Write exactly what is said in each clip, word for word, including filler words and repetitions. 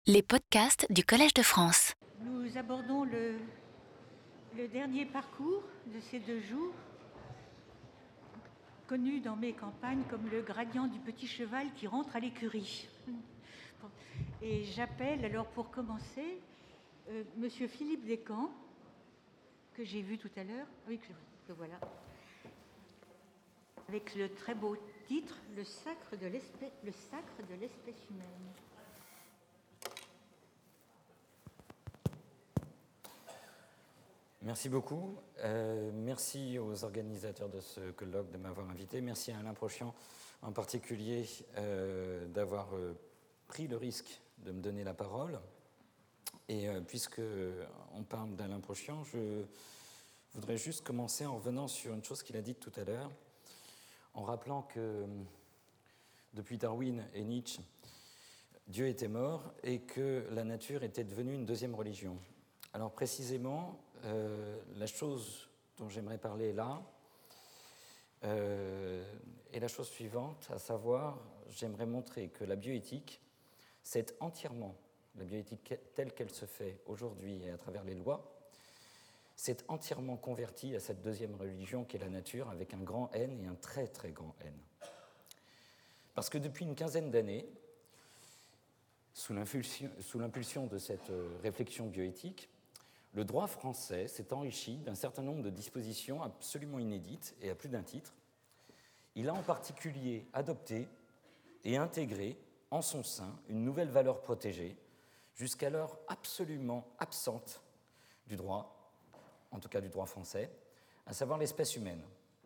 Les podcasts du Collège de France. Nous abordons le, le dernier parcours de ces deux jours, connu dans mes campagnes comme le gradient du petit cheval qui rentre à l'écurie. Et j'appelle alors pour commencer euh, Monsieur Philippe Descamps, que j'ai vu tout à l'heure, oui, que, que voilà, avec le très beau titre « Le sacre de l'espèce, le sacre de l'espèce humaine ». Merci beaucoup. Euh, merci aux organisateurs de ce colloque de m'avoir invité. Merci à Alain Prochian en particulier euh, d'avoir euh, pris le risque de me donner la parole. Et euh, puisqu'on parle d'Alain Prochian, je voudrais juste commencer en revenant sur une chose qu'il a dite tout à l'heure, en rappelant que depuis Darwin et Nietzsche, Dieu était mort et que la nature était devenue une deuxième religion. Alors précisément, euh, la chose dont j'aimerais parler là euh, est la chose suivante, à savoir, j'aimerais montrer que la bioéthique, c'est entièrement, la bioéthique telle qu'elle se fait aujourd'hui et à travers les lois, c'est entièrement convertie à cette deuxième religion qu'est la nature, avec un grand N et un très très grand N. Parce que depuis une quinzaine d'années, sous l'impulsion de cette réflexion bioéthique, le droit français s'est enrichi d'un certain nombre de dispositions absolument inédites et à plus d'un titre. Il a en particulier adopté et intégré en son sein une nouvelle valeur protégée, jusqu'alors absolument absente du droit, en tout cas du droit français, à savoir l'espèce humaine.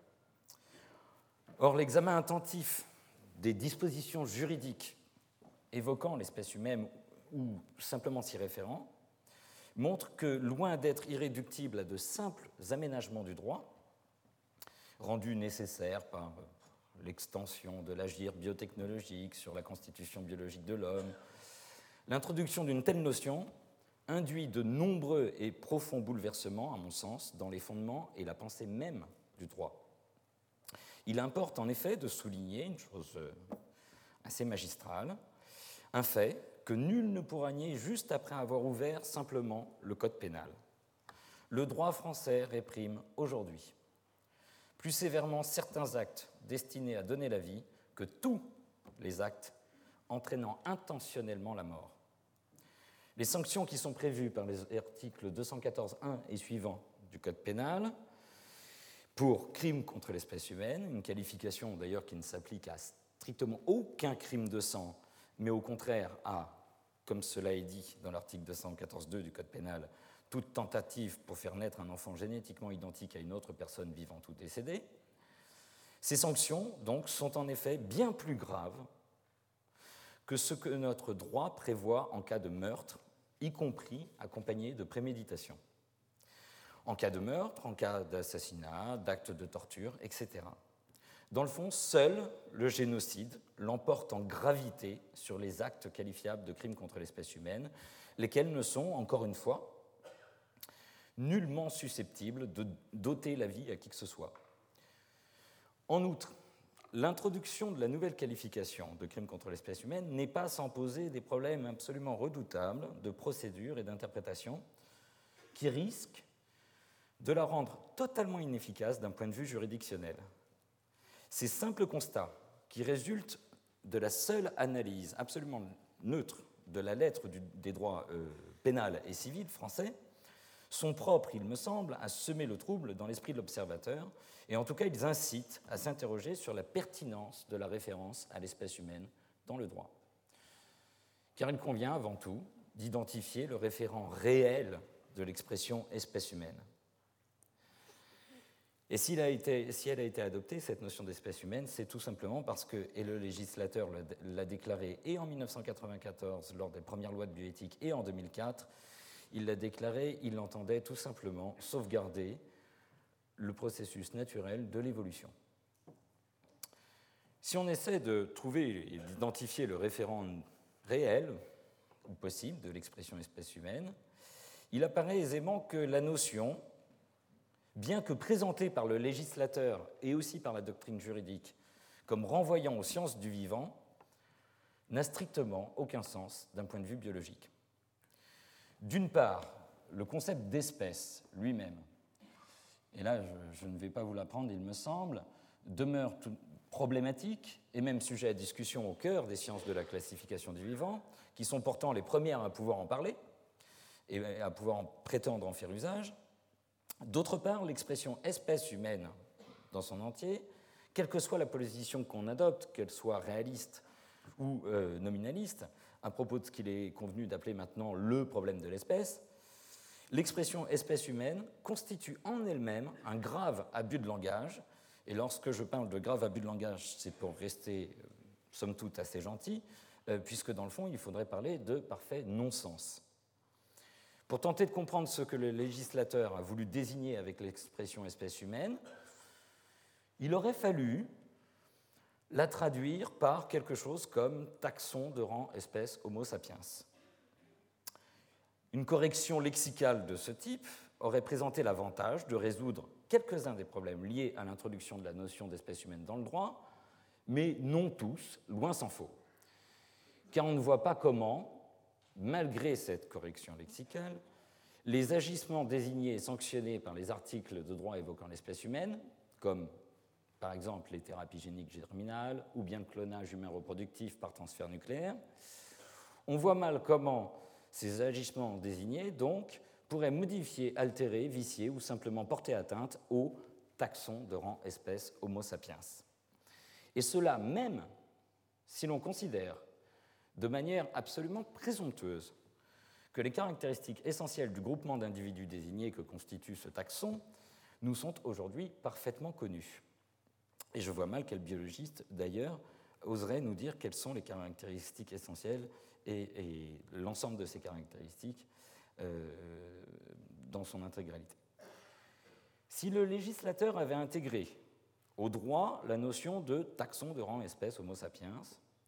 Or, l'examen attentif des dispositions juridiques évoquant l'espèce humaine ou simplement s'y référant, montre que, loin d'être irréductible à de simples aménagements du droit, rendus nécessaires par l'extension de l'agir biotechnologique sur la constitution biologique de l'homme, l'introduction d'une telle notion induit de nombreux et profonds bouleversements, à mon sens, dans les fondements et la pensée même du droit. Il importe en effet de souligner une chose assez magistrale, un fait que nul ne pourra nier juste après avoir ouvert simplement le code pénal. Le droit français réprime aujourd'hui plus sévèrement certains actes destinés à donner la vie que tous les actes entraînant intentionnellement la mort. Les sanctions qui sont prévues par les articles deux cent quatorze point un et suivants du code pénal pour crime contre l'espèce humaine, une qualification d'ailleurs qui ne s'applique à strictement aucun crime de sang, mais au contraire à, comme cela est dit dans l'article deux cent quatorze point deux du Code pénal, toute tentative pour faire naître un enfant génétiquement identique à une autre personne vivante ou décédée. Ces sanctions, donc, sont en effet bien plus graves que ce que notre droit prévoit en cas de meurtre, y compris accompagné de préméditation. En cas de meurtre, en cas d'assassinat, d'actes de torture, et cetera. Dans le fond, seul le génocide l'emporte en gravité sur les actes qualifiables de crimes contre l'espèce humaine, lesquels ne sont, encore une fois, nullement susceptibles de d'ôter la vie à qui que ce soit. En outre, l'introduction de la nouvelle qualification de crime contre l'espèce humaine n'est pas sans poser des problèmes absolument redoutables de procédure et d'interprétation qui risquent de la rendre totalement inefficace d'un point de vue juridictionnel. Ces simples constats, qui résultent de la seule analyse absolument neutre de la lettre du, des droits euh, pénals et civils français, sont propres, il me semble, à semer le trouble dans l'esprit de l'observateur, et en tout cas, ils incitent à s'interroger sur la pertinence de la référence à l'espèce humaine dans le droit. Car il convient avant tout d'identifier le référent réel de l'expression espèce humaine. Et s'il a été, si elle a été adoptée, cette notion d'espèce humaine, c'est tout simplement parce que, et le législateur l'a déclaré et en mille neuf cent quatre-vingt-quatorze lors des premières lois de bioéthique et en deux mille quatre, il l'a déclaré, il entendait tout simplement sauvegarder le processus naturel de l'évolution. Si on essaie de trouver et d'identifier le référent réel ou possible de l'expression espèce humaine, il apparaît aisément que la notion, bien que présentée par le législateur et aussi par la doctrine juridique comme renvoyant aux sciences du vivant, n'a strictement aucun sens d'un point de vue biologique. D'une part, le concept d'espèce lui-même, et là je, je ne vais pas vous l'apprendre, il me semble, demeure tout problématique et même sujet à discussion au cœur des sciences de la classification du vivant, qui sont pourtant les premières à pouvoir en parler et à pouvoir en prétendre en faire usage. D'autre part, l'expression espèce humaine dans son entier, quelle que soit la position qu'on adopte, qu'elle soit réaliste ou euh, nominaliste, à propos de ce qu'il est convenu d'appeler maintenant le problème de l'espèce, l'expression espèce humaine constitue en elle-même un grave abus de langage. Et lorsque je parle de grave abus de langage, c'est pour rester, euh, somme toute, assez gentil, euh, puisque dans le fond, il faudrait parler de parfait non-sens. Pour tenter de comprendre ce que le législateur a voulu désigner avec l'expression espèce humaine, il aurait fallu la traduire par quelque chose comme taxon de rang espèce Homo sapiens. Une correction lexicale de ce type aurait présenté l'avantage de résoudre quelques-uns des problèmes liés à l'introduction de la notion d'espèce humaine dans le droit, mais non tous, loin s'en faut. Car on ne voit pas comment, malgré cette correction lexicale, les agissements désignés et sanctionnés par les articles de droit évoquant l'espèce humaine, comme par exemple les thérapies géniques germinales ou bien le clonage humain reproductif par transfert nucléaire, on voit mal comment ces agissements désignés, donc, pourraient modifier, altérer, vicier ou simplement porter atteinte au taxon de rang espèce Homo sapiens. Et cela même si l'on considère de manière absolument présomptueuse que les caractéristiques essentielles du groupement d'individus désignés que constitue ce taxon nous sont aujourd'hui parfaitement connues. Et je vois mal quel biologiste, d'ailleurs, oserait nous dire quelles sont les caractéristiques essentielles et, et l'ensemble de ces caractéristiques euh, dans son intégralité. Si le législateur avait intégré au droit la notion de taxon de rang espèce Homo sapiens,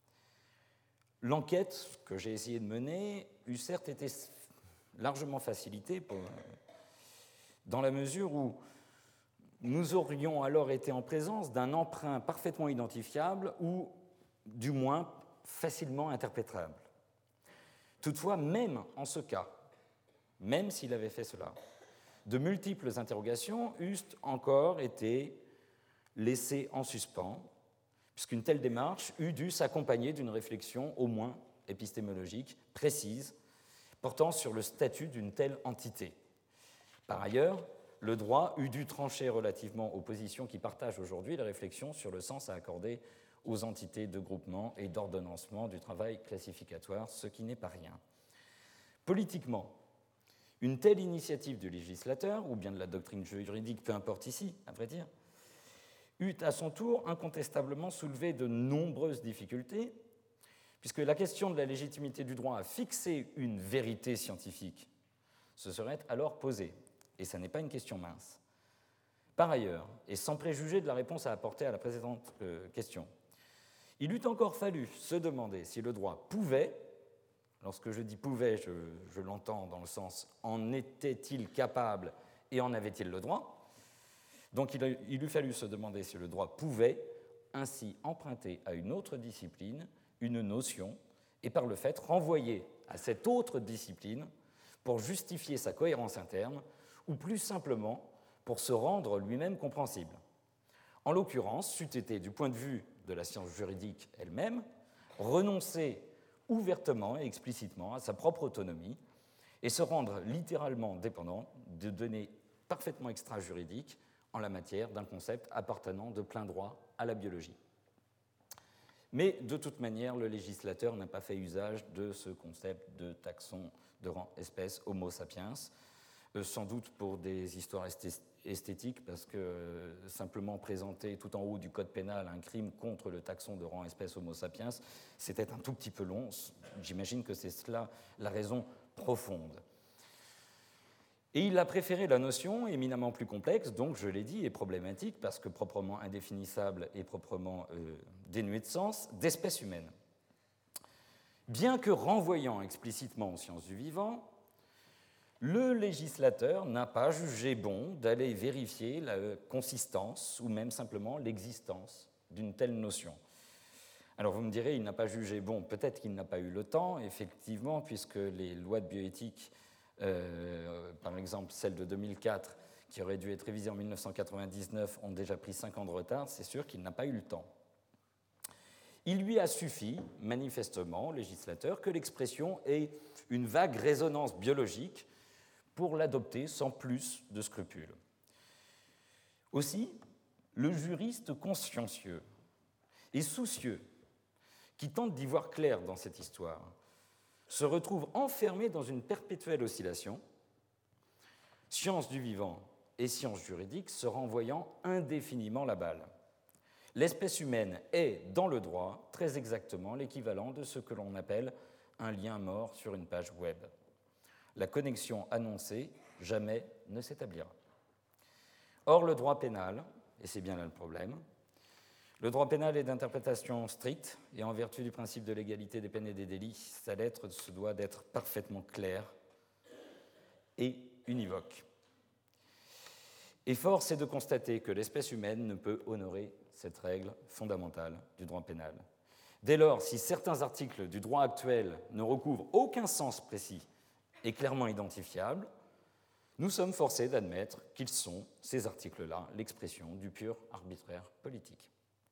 l'enquête que j'ai essayé de mener eût certes été largement facilitée pour, dans la mesure où nous aurions alors été en présence d'un emprunt parfaitement identifiable ou, du moins, facilement interprétable. Toutefois, même en ce cas, même s'il avait fait cela, de multiples interrogations eussent encore été laissées en suspens, puisqu'une telle démarche eût dû s'accompagner d'une réflexion au moins épistémologique précise portant sur le statut d'une telle entité. Par ailleurs, le droit eût dû trancher relativement aux positions qui partagent aujourd'hui la réflexion sur le sens à accorder aux entités de groupement et d'ordonnancement du travail classificatoire, ce qui n'est pas rien. Politiquement, une telle initiative du législateur, ou bien de la doctrine juridique, peu importe ici, à vrai dire, eut à son tour incontestablement soulevé de nombreuses difficultés, puisque la question de la légitimité du droit à fixer une vérité scientifique se serait alors posée, et ce n'est pas une question mince. Par ailleurs, et sans préjuger de la réponse à apporter à la précédente euh, question, il eût encore fallu se demander si le droit pouvait, lorsque je dis pouvait, je, je l'entends dans le sens en était-il capable et en avait-il le droit. Donc il, a, il eût fallu se demander si le droit pouvait ainsi emprunter à une autre discipline une notion et par le fait renvoyer à cette autre discipline pour justifier sa cohérence interne ou plus simplement pour se rendre lui-même compréhensible. En l'occurrence, c'eût été, du point de vue de la science juridique elle-même, renoncer ouvertement et explicitement à sa propre autonomie et se rendre littéralement dépendant de données parfaitement extra-juridiques en la matière d'un concept appartenant de plein droit à la biologie. Mais de toute manière, le législateur n'a pas fait usage de ce concept de taxon de rang espèce Homo sapiens, euh, sans doute pour des histoires esthétiques, parce que euh, simplement présenter tout en haut du code pénal un crime contre le taxon de rang espèce Homo sapiens, c'était un tout petit peu long. J'imagine que c'est cela la raison profonde. Et il a préféré la notion éminemment plus complexe, donc je l'ai dit, et problématique, parce que proprement indéfinissable et proprement euh, dénuée de sens, d'espèce humaine. Bien que renvoyant explicitement aux sciences du vivant, le législateur n'a pas jugé bon d'aller vérifier la consistance ou même simplement l'existence d'une telle notion, Alors vous me direz, il n'a pas jugé. Bon, peut-être qu'il n'a pas eu le temps, effectivement, puisque les lois de bioéthique, euh, par exemple celle de deux mille quatre, qui aurait dû être révisée en mille neuf cent quatre-vingt-dix-neuf, ont déjà pris cinq ans de retard. C'est sûr qu'il n'a pas eu le temps. Il lui a suffi, manifestement, au législateur, que l'expression ait une vague résonance biologique pour l'adopter sans plus de scrupules. Aussi, le juriste consciencieux et soucieux qui tente d'y voir clair dans cette histoire se retrouve enfermé dans une perpétuelle oscillation, science du vivant et science juridique se renvoyant indéfiniment la balle. L'espèce humaine est, dans le droit, très exactement l'équivalent de ce que l'on appelle un lien mort sur une page web. La connexion annoncée jamais ne s'établira. Or, le droit pénal, et c'est bien là le problème, le droit pénal est d'interprétation stricte, et en vertu du principe de l'égalité des peines et des délits, sa lettre se doit d'être parfaitement claire et univoque. Et force est de constater que l'espèce humaine ne peut honorer cette règle fondamentale du droit pénal. Dès lors, si certains articles du droit actuel ne recouvrent aucun sens précis et clairement identifiable, nous sommes forcés d'admettre qu'ils sont, ces articles-là, l'expression du pur arbitraire politique.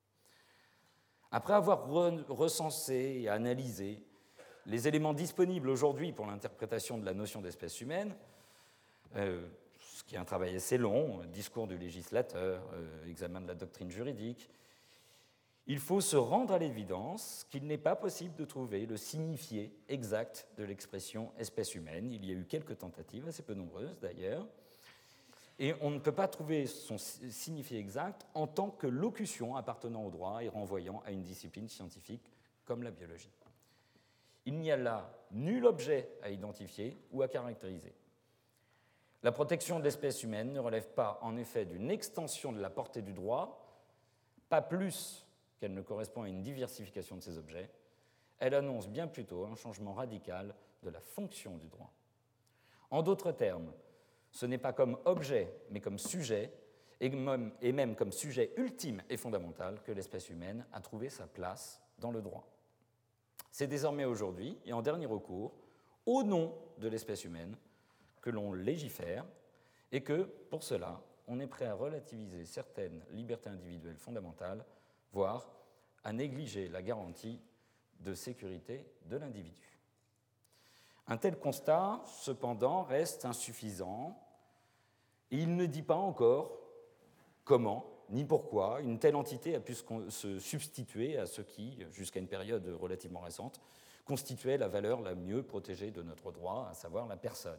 Après avoir recensé et analysé les éléments disponibles aujourd'hui pour l'interprétation de la notion d'espèce humaine, euh, ce qui est un travail assez long, discours du législateur, euh, examen de la doctrine juridique, il faut se rendre à l'évidence qu'il n'est pas possible de trouver le signifié exact de l'expression espèce humaine. Il y a eu quelques tentatives, assez peu nombreuses d'ailleurs, et on ne peut pas trouver son signifié exact en tant que locution appartenant au droit et renvoyant à une discipline scientifique comme la biologie. Il n'y a là nul objet à identifier ou à caractériser. La protection de l'espèce humaine ne relève pas, en effet, d'une extension de la portée du droit, pas plus qu'elle ne correspond à une diversification de ses objets. Elle annonce bien plutôt un changement radical de la fonction du droit. En d'autres termes, ce n'est pas comme objet, mais comme sujet, et même, et même comme sujet ultime et fondamental que l'espèce humaine a trouvé sa place dans le droit. C'est désormais aujourd'hui, et en dernier recours, au nom de l'espèce humaine, que l'on légifère, et que, pour cela, on est prêt à relativiser certaines libertés individuelles fondamentales, voire à négliger la garantie de sécurité de l'individu. Un tel constat, cependant, reste insuffisant, et il ne dit pas encore comment ni pourquoi une telle entité a pu se substituer à ce qui, jusqu'à une période relativement récente, constituait la valeur la mieux protégée de notre droit, à savoir la personne.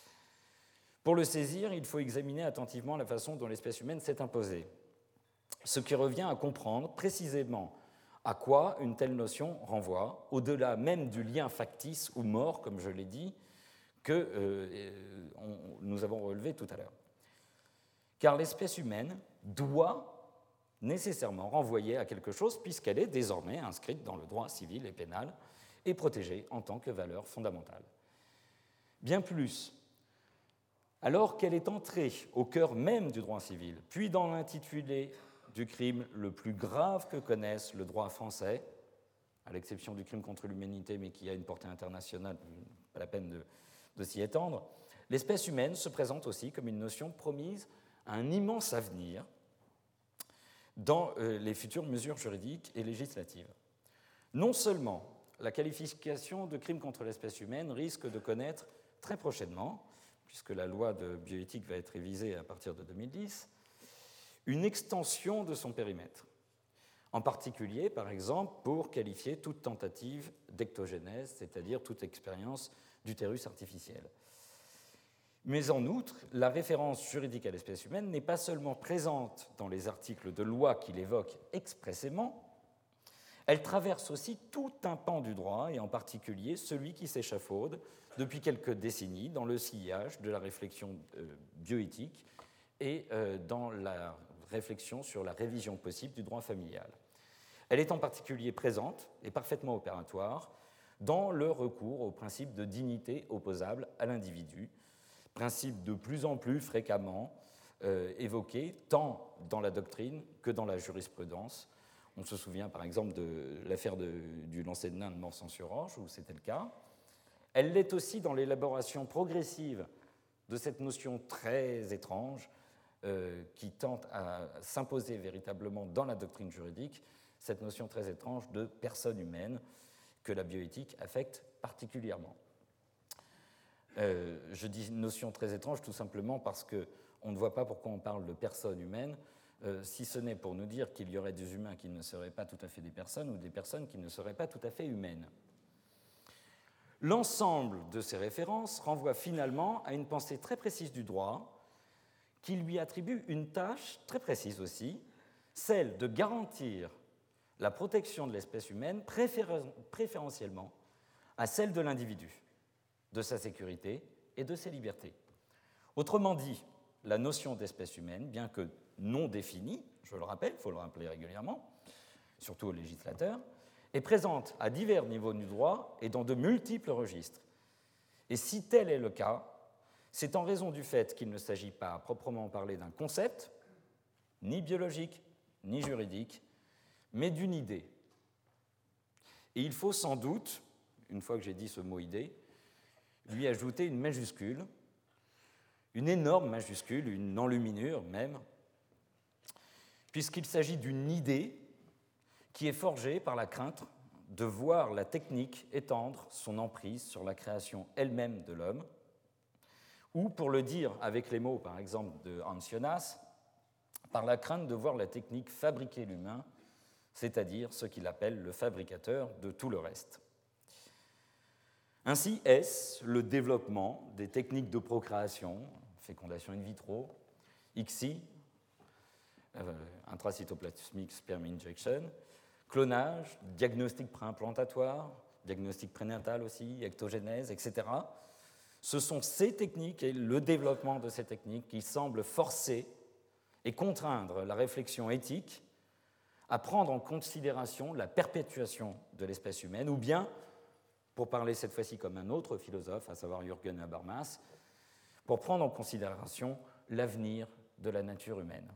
Pour le saisir, il faut examiner attentivement la façon dont l'espèce humaine s'est imposée, ce qui revient à comprendre précisément à quoi une telle notion renvoie, au-delà même du lien factice ou mort, comme je l'ai dit, que euh, on, nous avons relevé tout à l'heure. Car l'espèce humaine doit nécessairement renvoyer à quelque chose puisqu'elle est désormais inscrite dans le droit civil et pénal et protégée en tant que valeur fondamentale. Bien plus, alors qu'elle est entrée au cœur même du droit civil, puis dans l'intitulé du crime le plus grave que connaisse le droit français, à l'exception du crime contre l'humanité, mais qui a une portée internationale, pas la peine de, de s'y étendre, l'espèce humaine se présente aussi comme une notion promise à un immense avenir dans euh, les futures mesures juridiques et législatives. Non seulement la qualification de crime contre l'espèce humaine risque de connaître très prochainement, puisque la loi de bioéthique va être révisée à partir de deux mille dix, une extension de son périmètre, en particulier, par exemple, pour qualifier toute tentative d'ectogénèse, c'est-à-dire toute expérience d'utérus artificiel. Mais en outre, la référence juridique à l'espèce humaine n'est pas seulement présente dans les articles de loi qui l'évoquent expressément, elle traverse aussi tout un pan du droit, et en particulier celui qui s'échafaude depuis quelques décennies dans le sillage de la réflexion euh, bioéthique et euh, dans la réflexion sur la révision possible du droit familial. Elle est en particulier présente et parfaitement opératoire dans le recours au principe de dignité opposable à l'individu, principe de plus en plus fréquemment euh, évoqué tant dans la doctrine que dans la jurisprudence, On se souvient par exemple de l'affaire du lancer de nain de Morsan-sur-Orge, où c'était le cas. Elle l'est aussi dans l'élaboration progressive de cette notion très étrange euh, qui tente à s'imposer véritablement dans la doctrine juridique, cette notion très étrange de personne humaine que la bioéthique affecte particulièrement. Euh, je dis notion très étrange tout simplement parce qu'on ne voit pas pourquoi on parle de personne humaine, euh, si ce n'est pour nous dire qu'il y aurait des humains qui ne seraient pas tout à fait des personnes ou des personnes qui ne seraient pas tout à fait humaines. L'ensemble de ces références renvoie finalement à une pensée très précise du droit qui lui attribue une tâche très précise aussi, celle de garantir la protection de l'espèce humaine préférentiellement à celle de l'individu, de sa sécurité et de ses libertés. Autrement dit, la notion d'espèce humaine, bien que non définie, je le rappelle, il faut le rappeler régulièrement, surtout aux législateurs, est présente à divers niveaux du droit et dans de multiples registres. Et si tel est le cas, c'est en raison du fait qu'il ne s'agit pas à proprement parler d'un concept, ni biologique, ni juridique, mais d'une idée. Et il faut sans doute, une fois que j'ai dit ce mot idée, lui ajouter une majuscule, une énorme majuscule, une enluminure même, puisqu'il s'agit d'une idée qui est forgée par la crainte de voir la technique étendre son emprise sur la création elle-même de l'homme, ou, pour le dire avec les mots, par exemple, de Hans Jonas, par la crainte de voir la technique fabriquer l'humain, c'est-à-dire ce qu'il appelle le fabricateur de tout le reste. Ainsi, est-ce le développement des techniques de procréation, fécondation in vitro, I C S I, euh, intracytoplasmic sperm injection, clonage, diagnostic préimplantatoire, diagnostic prénatal aussi, ectogénèse, et cetera. Ce sont ces techniques et le développement de ces techniques qui semblent forcer et contraindre la réflexion éthique à prendre en considération la perpétuation de l'espèce humaine, ou bien, pour parler cette fois-ci comme un autre philosophe, à savoir Jürgen Habermas, pour prendre en considération l'avenir de la nature humaine.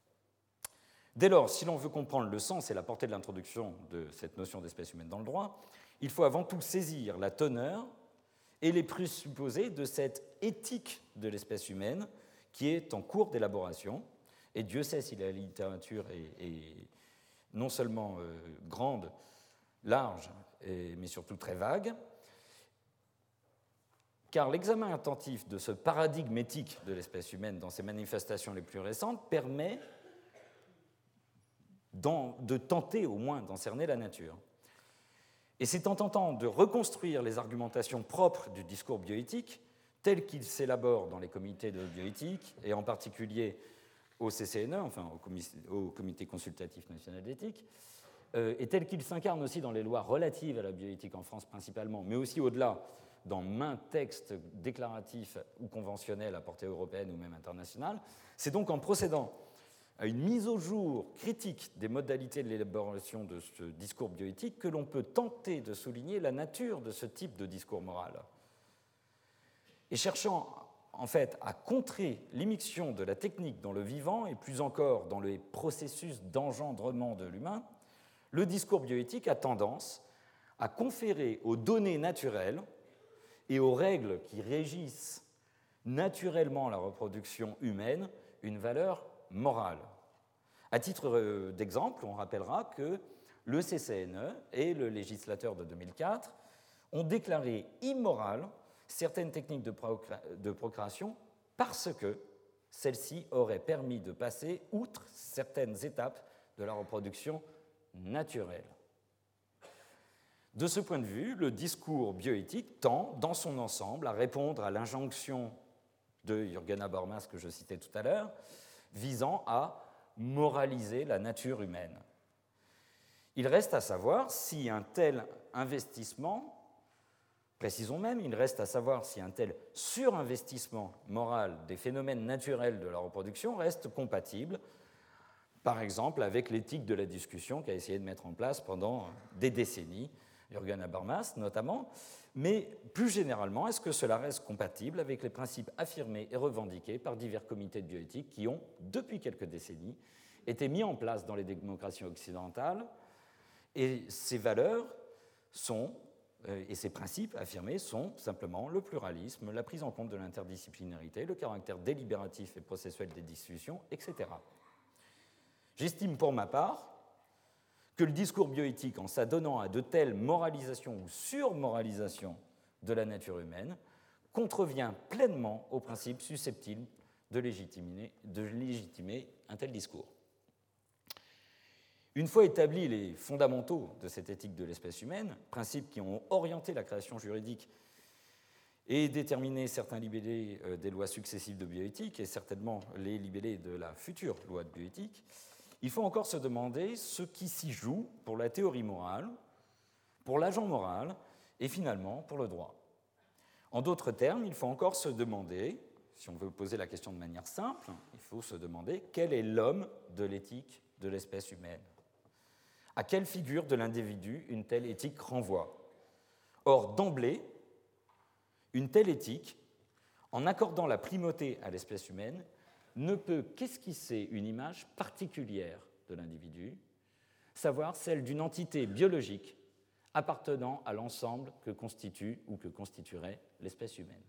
Dès lors, si l'on veut comprendre le sens et la portée de l'introduction de cette notion d'espèce humaine dans le droit, il faut avant tout saisir la teneur et les présupposés de cette éthique de l'espèce humaine qui est en cours d'élaboration. Et Dieu sait si la littérature est, est non seulement euh, grande, large, et, mais surtout très vague, car l'examen attentif de ce paradigme éthique de l'espèce humaine dans ses manifestations les plus récentes permet de tenter au moins d'en cerner la nature. Et c'est en tentant de reconstruire les argumentations propres du discours bioéthique, tel qu'il s'élabore dans les comités de bioéthique, et en particulier au C C N E, enfin au Comité consultatif national d'éthique, euh, et tel qu'il s'incarne aussi dans les lois relatives à la bioéthique en France principalement, mais aussi au-delà, dans maints textes déclaratifs ou conventionnels à portée européenne ou même internationale, c'est donc en procédant à une mise au jour critique des modalités de l'élaboration de ce discours bioéthique que l'on peut tenter de souligner la nature de ce type de discours moral. Et cherchant en fait à contrer l'immixtion de la technique dans le vivant et plus encore dans les processus d'engendrement de l'humain, le discours bioéthique a tendance à conférer aux données naturelles et aux règles qui régissent naturellement la reproduction humaine une valeur morale. À titre d'exemple, on rappellera que le C C N E et le législateur de deux mille quatre ont déclaré immorales certaines techniques de, procré- de procréation parce que celles-ci auraient permis de passer outre certaines étapes de la reproduction naturelle. De ce point de vue, le discours bioéthique tend, dans son ensemble, à répondre à l'injonction de Jürgen Habermas que je citais tout à l'heure, visant à moraliser la nature humaine. Il reste à savoir si un tel investissement, précisons même, il reste à savoir si un tel surinvestissement moral des phénomènes naturels de la reproduction reste compatible, par exemple, avec l'éthique de la discussion qu'a essayé de mettre en place pendant des décennies, Jürgen Habermas notamment, mais plus généralement, est-ce que cela reste compatible avec les principes affirmés et revendiqués par divers comités de bioéthique qui ont, depuis quelques décennies, été mis en place dans les démocraties occidentales, et ces valeurs sont, euh, et ces principes affirmés sont simplement le pluralisme, la prise en compte de l'interdisciplinarité, le caractère délibératif et processuel des discussions, et cetera. J'estime pour ma part que le discours bioéthique, en s'adonnant à de telles moralisations ou surmoralisations de la nature humaine, contrevient pleinement aux principes susceptibles de légitimer, de légitimer un tel discours. Une fois établis les fondamentaux de cette éthique de l'espèce humaine, principes qui ont orienté la création juridique et déterminé certains libellés des lois successives de bioéthique et certainement les libellés de la future loi de bioéthique, il faut encore se demander ce qui s'y joue pour la théorie morale, pour l'agent moral et finalement pour le droit. En d'autres termes, il faut encore se demander, si on veut poser la question de manière simple, il faut se demander quel est l'homme de l'éthique de l'espèce humaine. À quelle figure de l'individu une telle éthique renvoie? Or, d'emblée, une telle éthique, en accordant la primauté à l'espèce humaine, ne peut qu'esquisser une image particulière de l'individu, savoir celle d'une entité biologique appartenant à l'ensemble que constitue ou que constituerait l'espèce humaine.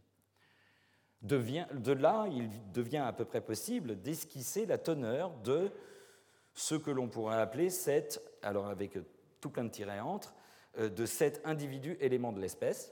De là, il devient à peu près possible d'esquisser la teneur de ce que l'on pourrait appeler cet, alors avec tout plein de tirets entre, de cet individu élément de l'espèce,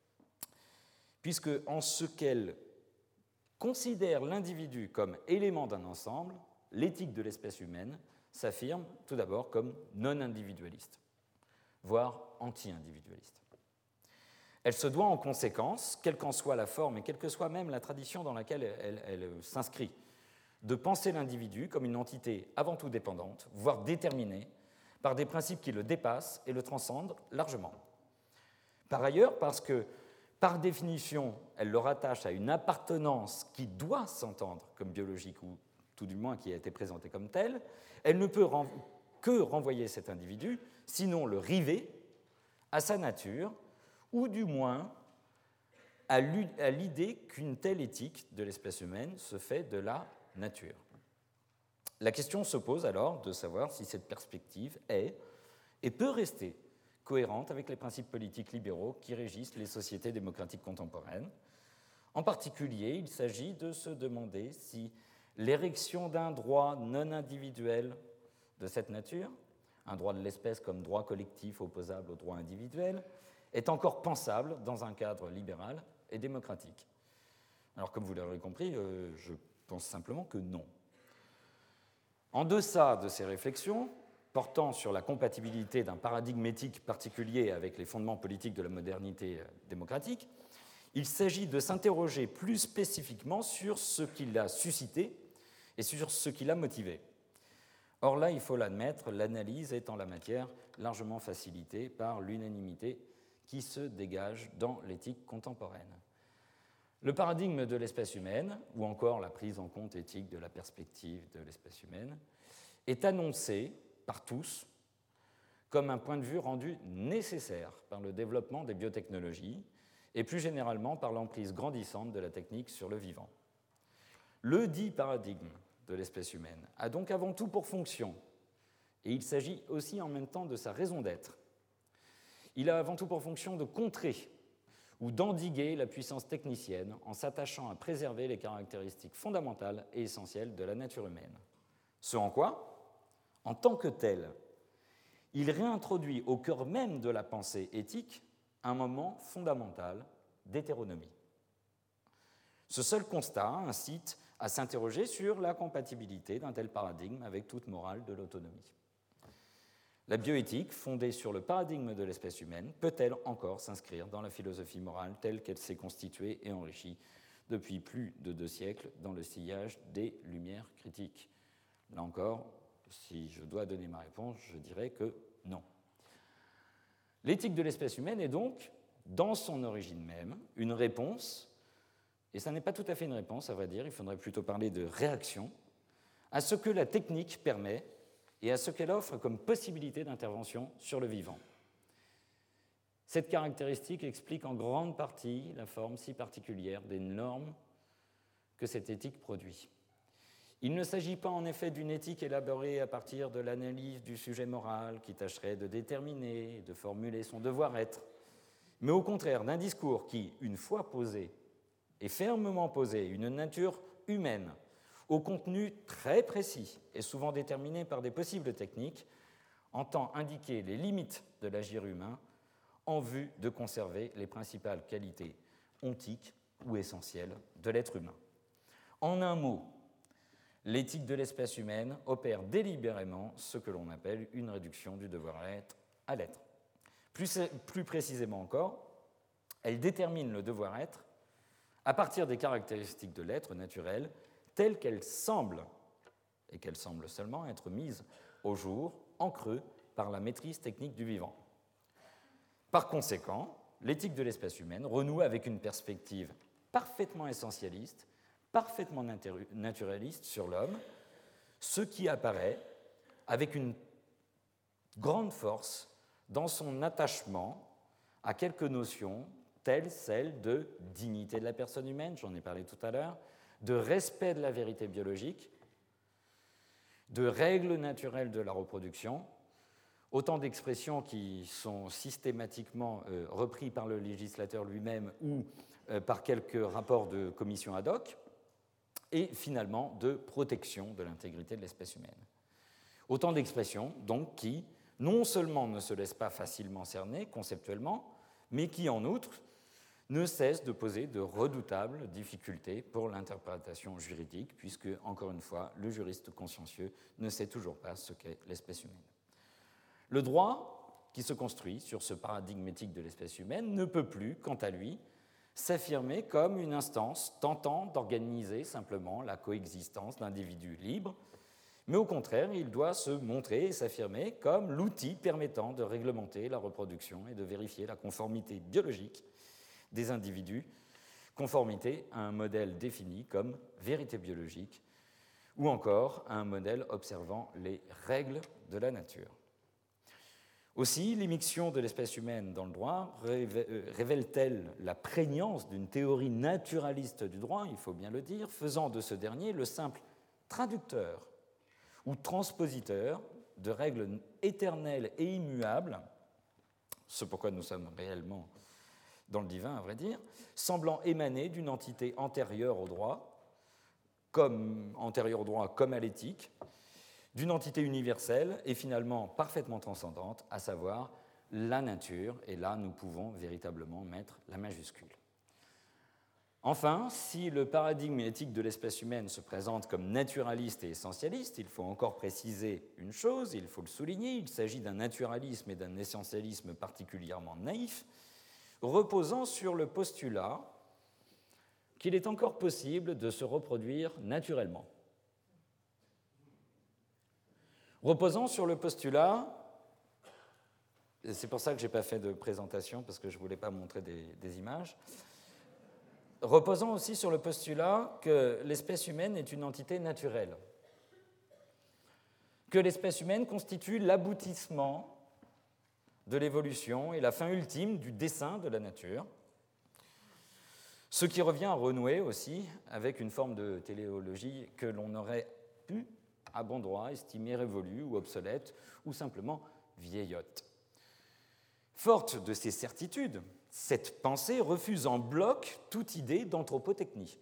puisque en ce qu'elle considère l'individu comme élément d'un ensemble, l'éthique de l'espèce humaine s'affirme tout d'abord comme non-individualiste, voire anti-individualiste. Elle se doit en conséquence, quelle qu'en soit la forme et quelle que soit même la tradition dans laquelle elle, elle, elle s'inscrit, de penser l'individu comme une entité avant tout dépendante, voire déterminée, par des principes qui le dépassent et le transcendent largement. Par ailleurs, parce que, par définition, elle le rattache à une appartenance qui doit s'entendre comme biologique, ou tout du moins qui a été présentée comme telle, elle ne peut ren- que renvoyer cet individu, sinon le river, à sa nature, ou du moins à l'idée qu'une telle éthique de l'espèce humaine se fait de la nature. La question se pose alors de savoir si cette perspective est et peut rester cohérente avec les principes politiques libéraux qui régissent les sociétés démocratiques contemporaines. En particulier, il s'agit de se demander si l'érection d'un droit non individuel de cette nature, un droit de l'espèce comme droit collectif opposable au droit individuel, est encore pensable dans un cadre libéral et démocratique. Alors, comme vous l'aurez compris, euh, je pense simplement que non. En deçà de ces réflexions, portant sur la compatibilité d'un paradigme éthique particulier avec les fondements politiques de la modernité démocratique, il s'agit de s'interroger plus spécifiquement sur ce qui l'a suscité et sur ce qui l'a motivé. Or là, il faut l'admettre, l'analyse est en la matière largement facilitée par l'unanimité qui se dégage dans l'éthique contemporaine. Le paradigme de l'espèce humaine, ou encore la prise en compte éthique de la perspective de l'espèce humaine, est annoncé par tous comme un point de vue rendu nécessaire par le développement des biotechnologies et plus généralement par l'emprise grandissante de la technique sur le vivant. Le dit paradigme de l'espèce humaine a donc avant tout pour fonction, et il s'agit aussi en même temps de sa raison d'être, il a avant tout pour fonction de contrer ou d'endiguer la puissance technicienne en s'attachant à préserver les caractéristiques fondamentales et essentielles de la nature humaine. Ce en quoi, en tant que tel, il réintroduit au cœur même de la pensée éthique un moment fondamental d'hétéronomie. Ce seul constat incite à s'interroger sur la compatibilité d'un tel paradigme avec toute morale de l'autonomie. La bioéthique, fondée sur le paradigme de l'espèce humaine, peut-elle encore s'inscrire dans la philosophie morale telle qu'elle s'est constituée et enrichie depuis plus de deux siècles dans le sillage des Lumières critiques? Là encore, si je dois donner ma réponse, je dirais que non. L'éthique de l'espèce humaine est donc, dans son origine même, une réponse, et ça n'est pas tout à fait une réponse, à vrai dire, il faudrait plutôt parler de réaction, à ce que la technique permet et à ce qu'elle offre comme possibilité d'intervention sur le vivant. Cette caractéristique explique en grande partie la forme si particulière des normes que cette éthique produit. Il ne s'agit pas en effet d'une éthique élaborée à partir de l'analyse du sujet moral qui tâcherait de déterminer et de formuler son devoir-être, mais au contraire d'un discours qui, une fois posé et fermement posé, une nature humaine, au contenu très précis et souvent déterminé par des possibles techniques, entend indiquer les limites de l'agir humain en vue de conserver les principales qualités ontiques ou essentielles de l'être humain. En un mot, l'éthique de l'espèce humaine opère délibérément ce que l'on appelle une réduction du devoir-être à l'être. Plus, plus précisément encore, elle détermine le devoir-être à partir des caractéristiques de l'être naturel telles qu'elles semblent, et qu'elles semblent seulement être mises au jour, en creux, par la maîtrise technique du vivant. Par conséquent, l'éthique de l'espèce humaine renoue avec une perspective parfaitement essentialiste, parfaitement naturaliste sur l'homme, ce qui apparaît avec une grande force dans son attachement à quelques notions telles celles de dignité de la personne humaine, j'en ai parlé tout à l'heure, de respect de la vérité biologique, de règles naturelles de la reproduction, autant d'expressions qui sont systématiquement euh, reprises par le législateur lui-même ou euh, par quelques rapports de commission ad hoc, et finalement de protection de l'intégrité de l'espèce humaine. Autant d'expressions, donc, qui non seulement ne se laissent pas facilement cerner conceptuellement, mais qui, en outre, ne cessent de poser de redoutables difficultés pour l'interprétation juridique, puisque, encore une fois, le juriste consciencieux ne sait toujours pas ce qu'est l'espèce humaine. Le droit, qui se construit sur ce paradigme éthique de l'espèce humaine, ne peut plus, quant à lui, s'affirmer comme une instance tentant d'organiser simplement la coexistence d'individus libres, mais au contraire, il doit se montrer et s'affirmer comme l'outil permettant de réglementer la reproduction et de vérifier la conformité biologique des individus, conformité à un modèle défini comme vérité biologique, ou encore à un modèle observant les règles de la nature. Aussi, l'immixtion de l'espèce humaine dans le droit révèle-t-elle la prégnance d'une théorie naturaliste du droit, il faut bien le dire, faisant de ce dernier le simple traducteur ou transpositeur de règles éternelles et immuables, ce pourquoi nous sommes réellement dans le divin, à vrai dire, semblant émaner d'une entité antérieure au droit, comme antérieure au droit comme à l'éthique, d'une entité universelle et finalement parfaitement transcendante, à savoir la nature, et là nous pouvons véritablement mettre la majuscule. Enfin, si le paradigme éthique de l'espèce humaine se présente comme naturaliste et essentialiste, il faut encore préciser une chose, il faut le souligner, il s'agit d'un naturalisme et d'un essentialisme particulièrement naïf, reposant sur le postulat qu'il est encore possible de se reproduire naturellement. Reposant sur le postulat, c'est pour ça que je n'ai pas fait de présentation, parce que je ne voulais pas montrer des, des images, reposant aussi sur le postulat que l'espèce humaine est une entité naturelle, que l'espèce humaine constitue l'aboutissement de l'évolution et la fin ultime du dessein de la nature, ce qui revient à renouer aussi avec une forme de téléologie que l'on aurait pu, à bon droit, estimer révolue ou obsolète ou simplement vieillotte. Forte de ces certitudes, cette pensée refuse en bloc toute idée d'anthropotechnie.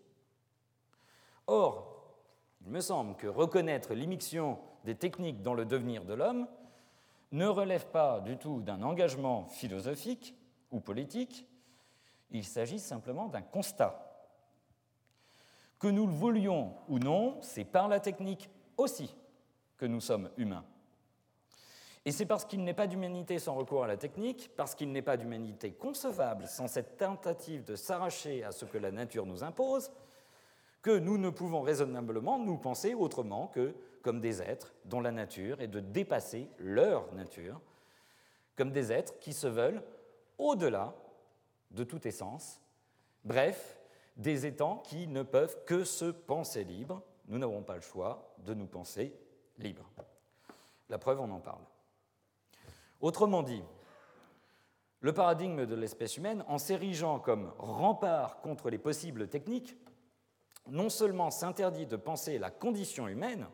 Or, il me semble que reconnaître l'immixtion des techniques dans le devenir de l'homme ne relève pas du tout d'un engagement philosophique ou politique, il s'agit simplement d'un constat. Que nous le voulions ou non, c'est par la technique aussi que nous sommes humains. Et c'est parce qu'il n'est pas d'humanité sans recours à la technique, parce qu'il n'est pas d'humanité concevable sans cette tentative de s'arracher à ce que la nature nous impose, que nous ne pouvons raisonnablement nous penser autrement que comme des êtres dont la nature est de dépasser leur nature, comme des êtres qui se veulent au-delà de toute essence, bref, des étangs qui ne peuvent que se penser libres. Nous n'avons pas le choix de nous penser libres. La preuve, on en parle. Autrement dit, le paradigme de l'espèce humaine, en s'érigeant comme rempart contre les possibles techniques, non seulement s'interdit de penser la condition humaine,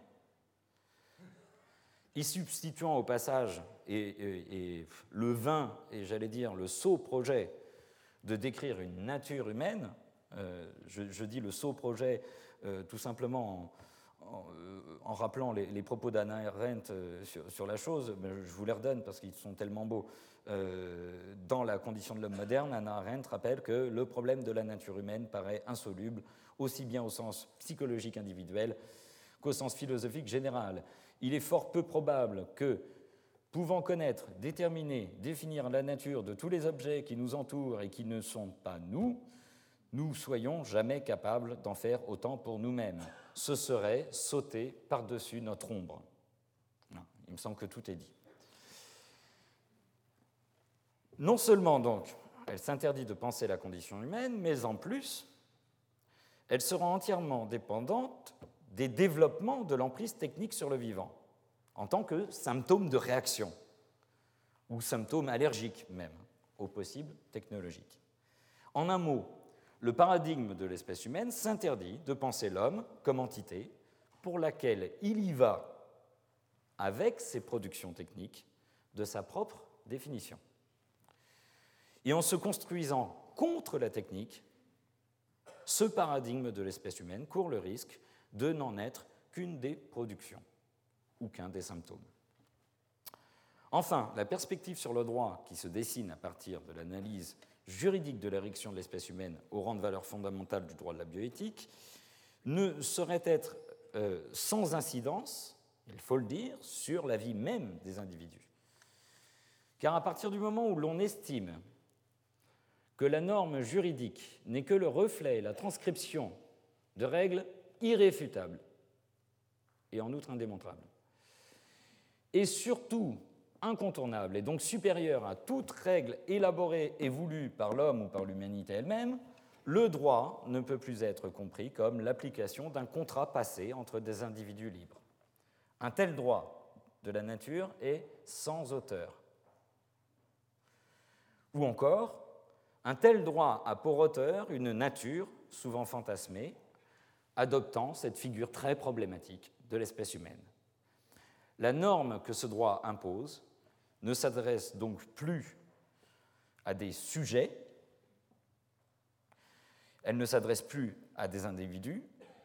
y substituant au passage et, et, et le vain et j'allais dire le sot projet de décrire une nature humaine, euh, je, je dis le sot projet euh, tout simplement en, en, euh, en rappelant les, les propos d'Hannah Arendt euh, sur, sur la chose, mais je vous les redonne parce qu'ils sont tellement beaux. Euh, dans La condition de l'homme moderne, Hannah Arendt rappelle que le problème de la nature humaine paraît insoluble, aussi bien au sens psychologique individuel qu'au sens philosophique général. Il est fort peu probable que, pouvant connaître, déterminer, définir la nature de tous les objets qui nous entourent et qui ne sont pas nous, nous soyons jamais capables d'en faire autant pour nous-mêmes. Ce serait sauter par-dessus notre ombre. Il me semble que tout est dit. Non seulement, donc, elle s'interdit de penser la condition humaine, mais en plus, elle sera entièrement dépendante des développements de l'emprise technique sur le vivant, en tant que symptôme de réaction, ou symptôme allergique même, au possible technologique. En un mot, le paradigme de l'espèce humaine s'interdit de penser l'homme comme entité pour laquelle il y va, avec ses productions techniques, de sa propre définition. Et en se construisant contre la technique, ce paradigme de l'espèce humaine court le risque de n'en être qu'une des productions ou qu'un des symptômes. Enfin, la perspective sur le droit qui se dessine à partir de l'analyse juridique de l'érection de l'espèce humaine au rang de valeur fondamentale du droit de la bioéthique ne saurait être euh, sans incidence, il faut le dire, sur la vie même des individus. Car à partir du moment où l'on estime que la norme juridique n'est que le reflet, la transcription de règles irréfutables et en outre indémontrables, et surtout incontournable et donc supérieure à toute règle élaborée et voulue par l'homme ou par l'humanité elle-même, le droit ne peut plus être compris comme l'application d'un contrat passé entre des individus libres. Un tel droit de la nature est sans auteur. Ou encore, un tel droit a pour auteur une nature, souvent fantasmée, adoptant cette figure très problématique de l'espèce humaine. La norme que ce droit impose ne s'adresse donc plus à des sujets, elle ne s'adresse plus à des individus.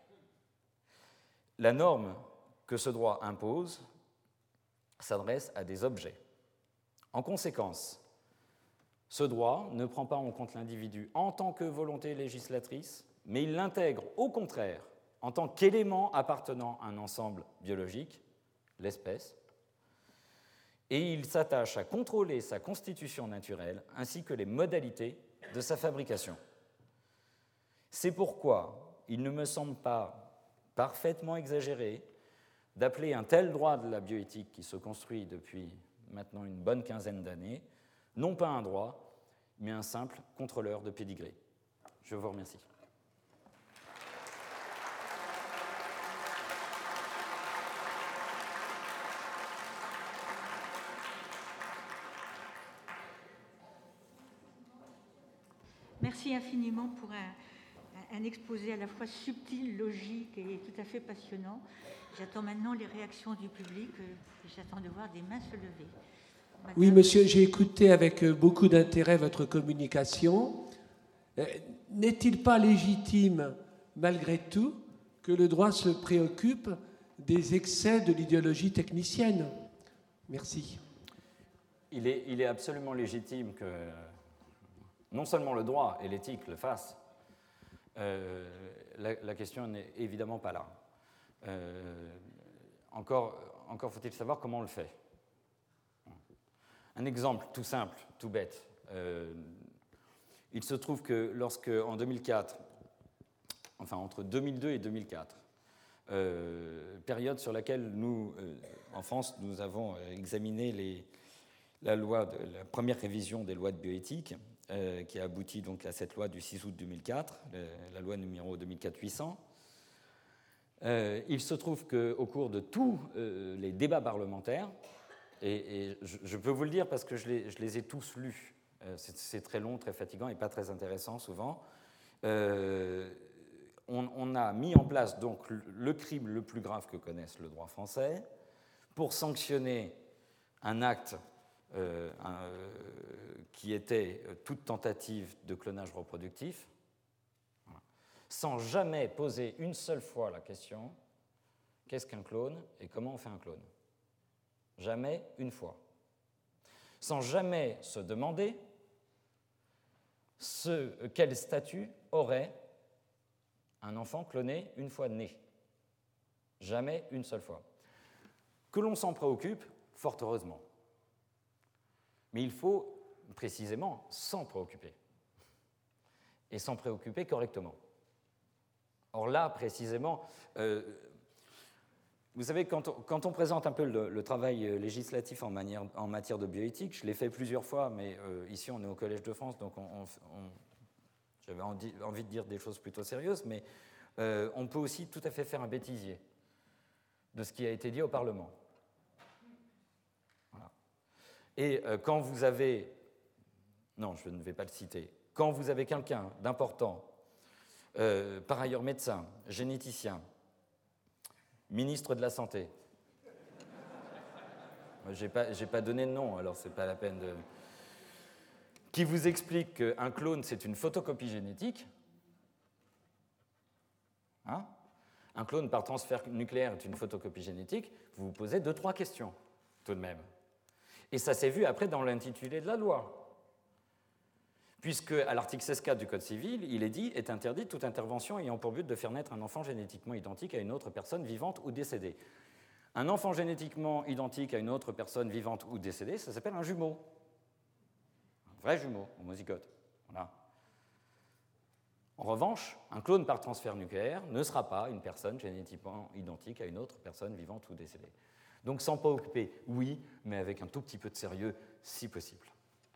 La norme que ce droit impose s'adresse à des objets. En conséquence, ce droit ne prend pas en compte l'individu en tant que volonté législatrice, mais il l'intègre au contraire en tant qu'élément appartenant à un ensemble biologique, l'espèce, et il s'attache à contrôler sa constitution naturelle ainsi que les modalités de sa fabrication. C'est pourquoi il ne me semble pas parfaitement exagéré d'appeler un tel droit de la bioéthique qui se construit depuis maintenant une bonne quinzaine d'années, non pas un droit, mais un simple contrôleur de pédigré. Je vous remercie. Merci infiniment pour un, un exposé à la fois subtil, logique et tout à fait passionnant. J'attends maintenant les réactions du public et j'attends de voir des mains se lever. Madame... Oui, monsieur, j'ai écouté avec beaucoup d'intérêt votre communication. N'est-il pas légitime, malgré tout, que le droit se préoccupe des excès de l'idéologie technicienne? Merci. Il est, il est absolument légitime que non seulement le droit et l'éthique le fassent, euh, la, la question n'est évidemment pas là. Euh, encore, encore faut-il savoir comment on le fait. Un exemple tout simple, tout bête. Euh, il se trouve que lorsque, en deux mille quatre, enfin entre deux mille deux et deux mille quatre, euh, période sur laquelle nous, euh, en France, nous avons examiné les, la, loi de, la première révision des lois de bioéthique, euh, qui a abouti donc à cette loi du six août deux mille quatre, la loi numéro deux mille quatre huit cents. Euh, il se trouve qu'au cours de tous euh, les débats parlementaires, et, et je, je peux vous le dire parce que je les, je les ai tous lus, euh, c'est, c'est très long, très fatigant et pas très intéressant souvent, euh, on, on, on a mis en place donc le crime le plus grave que connaisse le droit français pour sanctionner un acte euh, un, euh, qui était toute tentative de clonage reproductif, sans jamais poser une seule fois la question « qu'est-ce qu'un clone et comment on fait un clone ?» Jamais une fois. Sans jamais se demander ce, quel statut aurait un enfant cloné une fois né. Jamais une seule fois. Que l'on s'en préoccupe, fort heureusement. Mais il faut précisément s'en préoccuper. Et s'en préoccuper correctement. Or là, précisément, euh, vous savez, quand on, quand on présente un peu le, le travail législatif en, manière, en matière de bioéthique, je l'ai fait plusieurs fois, mais euh, ici on est au Collège de France, donc on, on, on, j'avais envie de dire des choses plutôt sérieuses, mais euh, on peut aussi tout à fait faire un bêtisier de ce qui a été dit au Parlement. Voilà. Et euh, quand vous avez... Non, je ne vais pas le citer. Quand vous avez quelqu'un d'important, euh, par ailleurs médecin, généticien, ministre de la Santé. Je n'ai pas, j'ai pas donné de nom, alors ce n'est pas la peine de... Qui vous explique qu'un clone, c'est une photocopie génétique. Hein? Un clone par transfert nucléaire est une photocopie génétique. Vous vous posez deux, trois questions, tout de même. Et ça s'est vu après dans l'intitulé de la loi. Puisque, à l'article seize point quatre du Code civil, il est dit « est interdite toute intervention ayant pour but de faire naître un enfant génétiquement identique à une autre personne vivante ou décédée ». Un enfant génétiquement identique à une autre personne vivante ou décédée, ça s'appelle un jumeau. Un vrai jumeau, homozygote. Voilà. En revanche, un clone par transfert nucléaire ne sera pas une personne génétiquement identique à une autre personne vivante ou décédée. Donc, s'en préoccuper, oui, mais avec un tout petit peu de sérieux, si possible.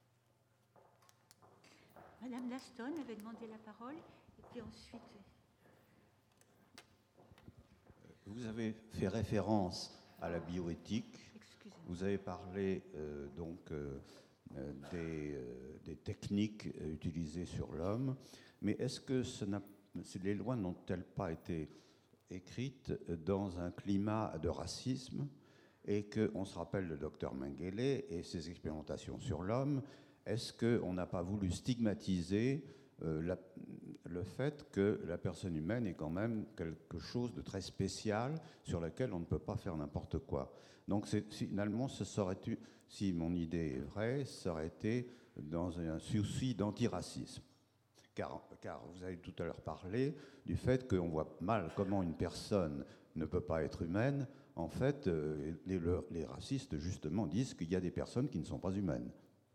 Madame Laston avait demandé la parole, et puis ensuite... Vous avez fait référence à la bioéthique. Vous avez parlé euh, donc euh, des, euh, des techniques utilisées sur l'homme, mais est-ce que ce n'a, les lois n'ont-elles pas été écrites dans un climat de racisme et qu'on se rappelle le docteur Mengele et ses expérimentations sur l'homme? Est-ce qu'on n'a pas voulu stigmatiser euh, la, le fait que la personne humaine est quand même quelque chose de très spécial sur lequel on ne peut pas faire n'importe quoi? Donc c'est, finalement, ce serait, si mon idée est vraie, ça aurait été dans un souci d'antiracisme. Car, car vous avez tout à l'heure parlé du fait qu'on voit mal comment une personne ne peut pas être humaine. En fait, euh, les, les racistes, justement, disent qu'il y a des personnes qui ne sont pas humaines.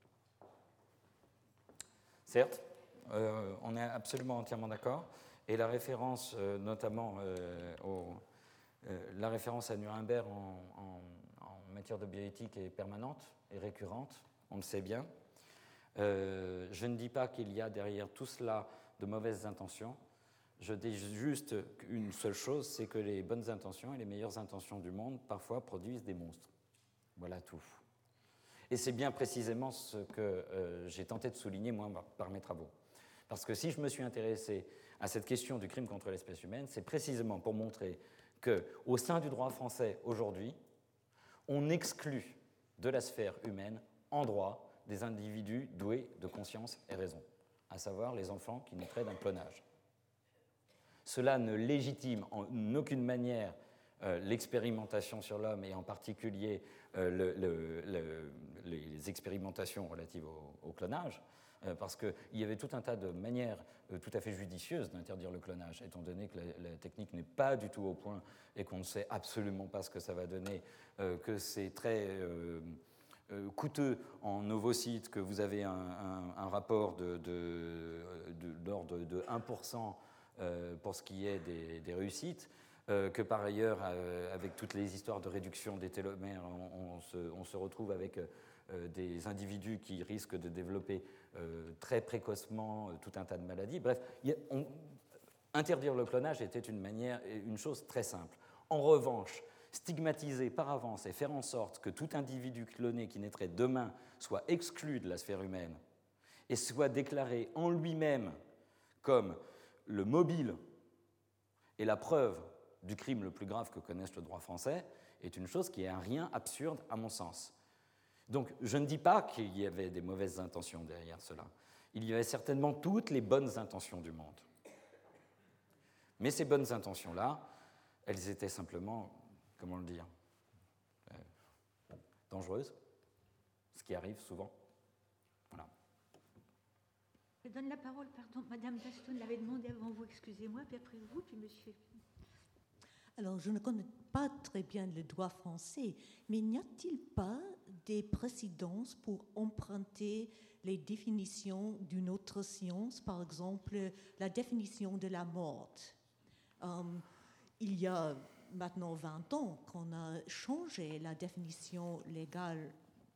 Certes, euh, on est absolument entièrement d'accord. Et la référence, euh, notamment, euh, au, euh, la référence à Nuremberg en, en, en matière de bioéthique est permanente et récurrente, on le sait bien. Euh, je ne dis pas qu'il y a derrière tout cela de mauvaises intentions. Je dis juste une seule chose, c'est que les bonnes intentions et les meilleures intentions du monde, parfois, produisent des monstres. Voilà tout. Et c'est bien précisément ce que euh, j'ai tenté de souligner, moi, par mes travaux. Parce que si je me suis intéressé à cette question du crime contre l'espèce humaine, c'est précisément pour montrer qu'au sein du droit français, aujourd'hui, on exclut de la sphère humaine, en droit, des individus doués de conscience et raison, à savoir les enfants qui naîtraient d'un clonage. Cela ne légitime en aucune manière Euh, l'expérimentation sur l'homme et en particulier euh, le, le, le, les expérimentations relatives au, au clonage, euh, parce qu'il y avait tout un tas de manières euh, tout à fait judicieuses d'interdire le clonage, étant donné que la, la technique n'est pas du tout au point et qu'on ne sait absolument pas ce que ça va donner, euh, que c'est très euh, euh, coûteux en ovocytes, que vous avez un, un, un rapport de, de, de, d'ordre de un pour cent euh, pour ce qui est des, des réussites. Euh, que par ailleurs, euh, avec toutes les histoires de réduction des télomères, on, on, se, on se retrouve avec euh, des individus qui risquent de développer euh, très précocement euh, tout un tas de maladies. Bref, y a, on, interdire le clonage était une, manière, une chose très simple. En revanche, stigmatiser par avance et faire en sorte que tout individu cloné qui naîtrait demain soit exclu de la sphère humaine et soit déclaré en lui-même comme le mobile Et la preuve du crime le plus grave que connaisse le droit français est une chose qui est un rien absurde à mon sens. Donc je ne dis pas qu'il y avait des mauvaises intentions derrière cela. Il y avait certainement toutes les bonnes intentions du monde. Mais ces bonnes intentions-là, elles étaient simplement, comment le dire, euh, dangereuses, ce qui arrive souvent. Voilà. Je donne la parole, pardon, Madame Daston l'avait demandé avant vous, excusez-moi, puis après vous, puis monsieur. Alors, je ne connais pas très bien le droit français, mais n'y a-t-il pas des précédences pour emprunter les définitions d'une autre science, par exemple la définition de la mort? Um, il y a maintenant vingt ans qu'on a changé la définition légale,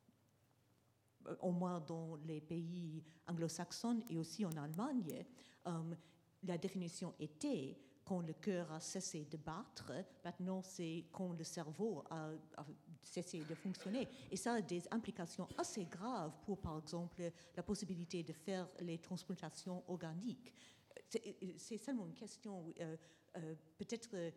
au moins dans les pays anglo-saxons et aussi en Allemagne. Um, la définition était quand le cœur a cessé de battre, maintenant c'est quand le cerveau a, a cessé de fonctionner. Et ça a des implications assez graves pour, par exemple, la possibilité de faire les transplantations organiques. C'est, c'est seulement une question, euh, euh, peut-être euh,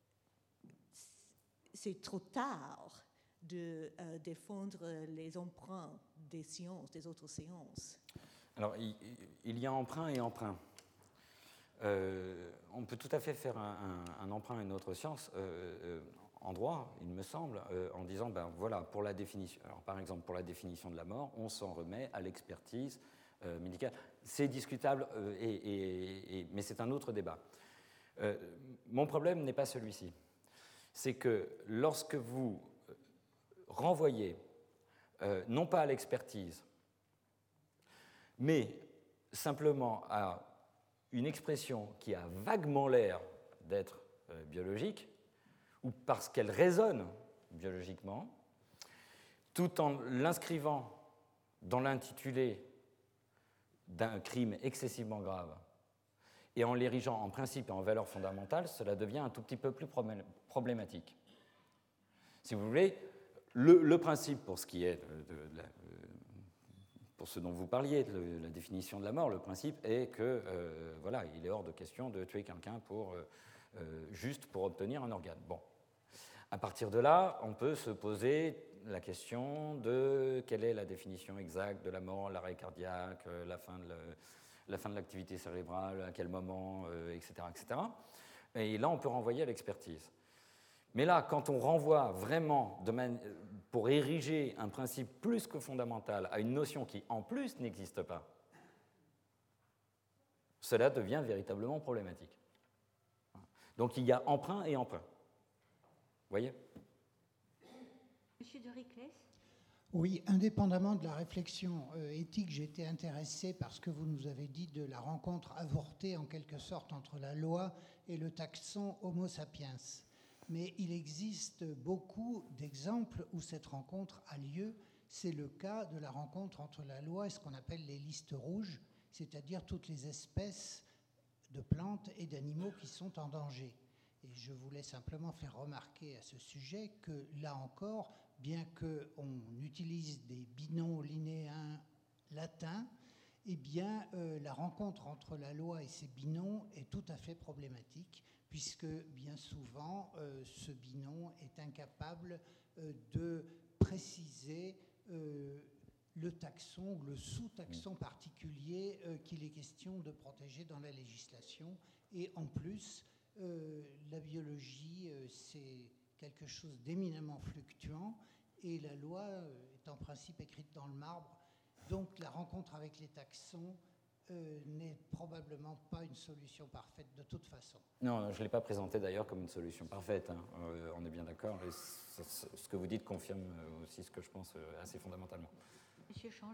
c'est trop tard de euh, défendre les emprunts des sciences, des autres sciences. Alors, il, il y a emprunt et emprunt. Euh, on peut tout à fait faire un, un, un emprunt à une autre science euh, euh, en droit, il me semble, euh, en disant, ben voilà, pour la définition, alors par exemple pour la définition de la mort, on s'en remet à l'expertise euh, médicale. C'est discutable, euh, et, et, et, mais c'est un autre débat. Euh, mon problème n'est pas celui-ci. C'est que lorsque vous renvoyez, euh, non pas à l'expertise, mais simplement à une expression qui a vaguement l'air d'être euh, biologique, ou parce qu'elle résonne biologiquement, tout en l'inscrivant dans l'intitulé d'un crime excessivement grave, et en l'érigeant en principe et en valeur fondamentale, cela devient un tout petit peu plus problématique. Si vous voulez, le, le principe pour ce qui est de, de, de la, pour ce dont vous parliez, de la définition de la mort, le principe est que euh, voilà, il est hors de question de tuer quelqu'un pour, euh, juste pour obtenir un organe. Bon. À partir de là, on peut se poser la question de quelle est la définition exacte de la mort, l'arrêt cardiaque, la fin de, le, la fin de l'activité cérébrale, à quel moment, euh, et cetera, et cetera. Et là, on peut renvoyer à l'expertise. Mais là, quand on renvoie vraiment de man... pour ériger un principe plus que fondamental à une notion qui, en plus, n'existe pas, cela devient véritablement problématique. Donc il y a emprunt et emprunt. Vous voyez ? Monsieur de Riclès ? Oui, indépendamment de la réflexion euh, éthique, j'ai été intéressé par ce que vous nous avez dit de la rencontre avortée, en quelque sorte, entre la loi et le taxon Homo sapiens. Mais il existe beaucoup d'exemples où cette rencontre a lieu. C'est le cas de la rencontre entre la loi et ce qu'on appelle les listes rouges, c'est-à-dire toutes les espèces de plantes et d'animaux qui sont en danger. Et je voulais simplement faire remarquer à ce sujet que, là encore, bien qu'on utilise des binoms linéens latins, eh bien, euh, la rencontre entre la loi et ces binoms est tout à fait problématique, puisque bien souvent, euh, ce binom est incapable euh, de préciser euh, le taxon ou le sous-taxon particulier euh, qu'il est question de protéger dans la législation. Et en plus, euh, la biologie, euh, c'est quelque chose d'éminemment fluctuant, et la loi euh, est en principe écrite dans le marbre. Donc la rencontre avec les taxons euh, n'est probablement pas une solution parfaite de toute façon. Non, je ne l'ai pas présenté d'ailleurs comme une solution parfaite, hein. Euh, on est bien d'accord, et c- c- ce que vous dites confirme aussi ce que je pense euh, assez fondamentalement. Monsieur Changeux ?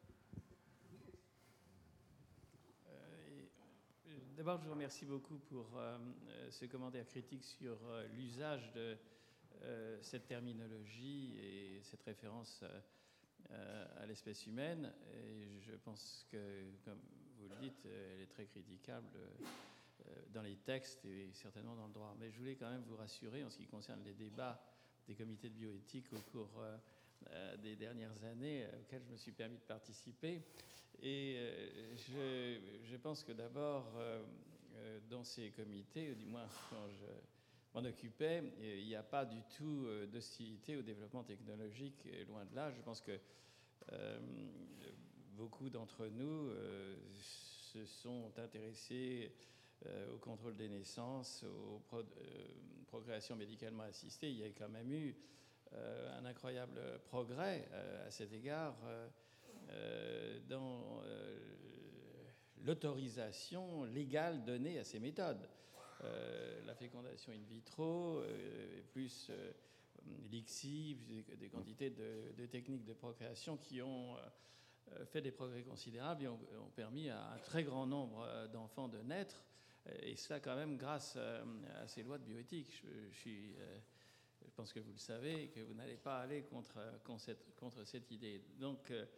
euh, D'abord, je vous remercie beaucoup pour euh, ce commentaire critique sur euh, l'usage de euh, cette terminologie et cette référence euh, à l'espèce humaine, et je pense que, comme vous le dites, elle est très critiquable dans les textes et certainement dans le droit. Mais je voulais quand même vous rassurer en ce qui concerne les débats des comités de bioéthique au cours des dernières années auxquels je me suis permis de participer. Et je, je pense que d'abord, dans ces comités, ou du moins quand je m'en occupais, il n'y a pas du tout d'hostilité au développement technologique, et loin de là. Je pense que euh, beaucoup d'entre nous euh, se sont intéressés euh, au contrôle des naissances, aux pro euh, procréations médicalement assistées. Il y a quand même eu euh, un incroyable progrès euh, à cet égard euh, euh, dans euh, l'autorisation légale donnée à ces méthodes. Euh, la fécondation in vitro, euh, plus euh, l'I C S I, plus des quantités de, de techniques de procréation qui ont euh, fait des progrès considérables et ont, ont permis à un très grand nombre d'enfants de naître, et cela quand même grâce à, à ces lois de bioéthique. Je, je, suis, euh, je pense que vous le savez, que vous n'allez pas aller contre, contre, cette, contre cette idée. Donc, euh,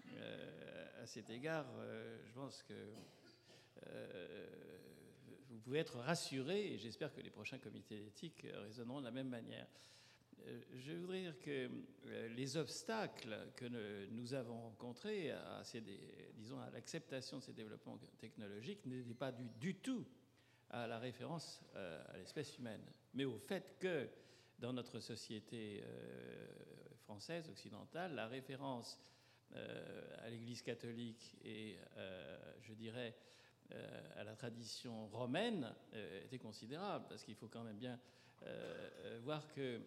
à cet égard, euh, je pense que euh, vous pouvez être rassurés, et j'espère que les prochains comités d'éthique raisonneront de la même manière. Je voudrais dire que les obstacles que nous avons rencontrés à, ces, disons, à l'acceptation de ces développements technologiques n'étaient pas du, du tout à la référence à l'espèce humaine, mais au fait que dans notre société française, occidentale, la référence à l'Église catholique et, je dirais, à la tradition romaine était considérable, parce qu'il faut quand même bien voir que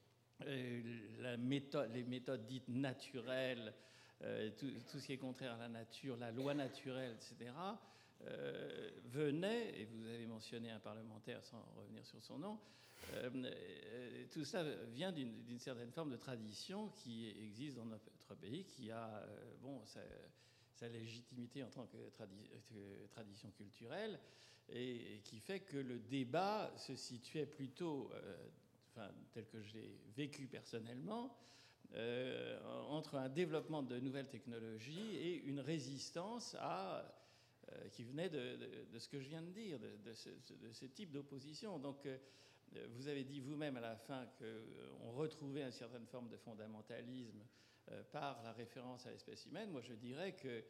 la méthode, les méthodes dites naturelles, euh, tout, tout ce qui est contraire à la nature, la loi naturelle, et cetera, euh, venaient, et vous avez mentionné un parlementaire sans revenir sur son nom, euh, euh, tout ça vient d'une, d'une certaine forme de tradition qui existe dans notre pays, qui a euh, bon, sa, sa légitimité en tant que, tradi- que tradition culturelle, et, et qui fait que le débat se situait plutôt... Euh, Enfin, tel que je l'ai vécu personnellement, euh, entre un développement de nouvelles technologies et une résistance à, euh, qui venait de, de, de ce que je viens de dire, de, de, ce, de ce type d'opposition. Donc, euh, vous avez dit vous-même à la fin qu'on retrouvait une certaine forme de fondamentalisme euh, par la référence à l'espèce humaine. Moi, je dirais que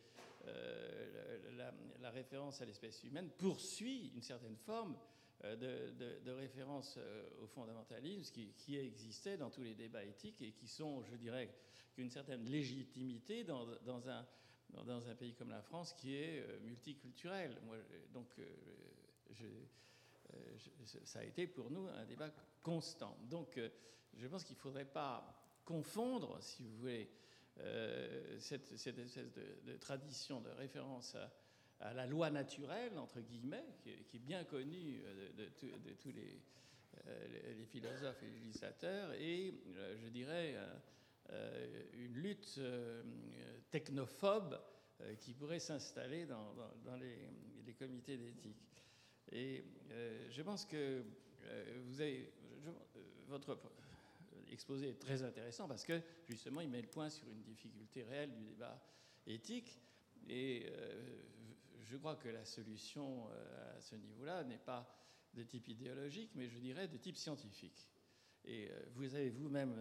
euh, la, la référence à l'espèce humaine poursuit une certaine forme De, de, de référence au fondamentalisme qui, qui existait dans tous les débats éthiques et qui sont, je dirais, qu'une certaine légitimité dans, dans, un, dans un pays comme la France qui est multiculturel. Moi, donc, je, je, ça a été pour nous un débat constant. Donc, je pense qu'il ne faudrait pas confondre, si vous voulez, euh, cette, cette espèce de, de tradition de référence à à la loi naturelle, entre guillemets, qui est, qui est bien connue de, de, de tous les, euh, les philosophes et les législateurs, et, euh, je dirais, euh, une lutte euh, technophobe euh, qui pourrait s'installer dans, dans, dans les, les comités d'éthique. Et euh, je pense que euh, vous avez... Je, votre exposé est très intéressant parce que, justement, il met le point sur une difficulté réelle du débat éthique, et... Euh, je crois que la solution à ce niveau-là n'est pas de type idéologique, mais je dirais de type scientifique. Et vous avez vous-même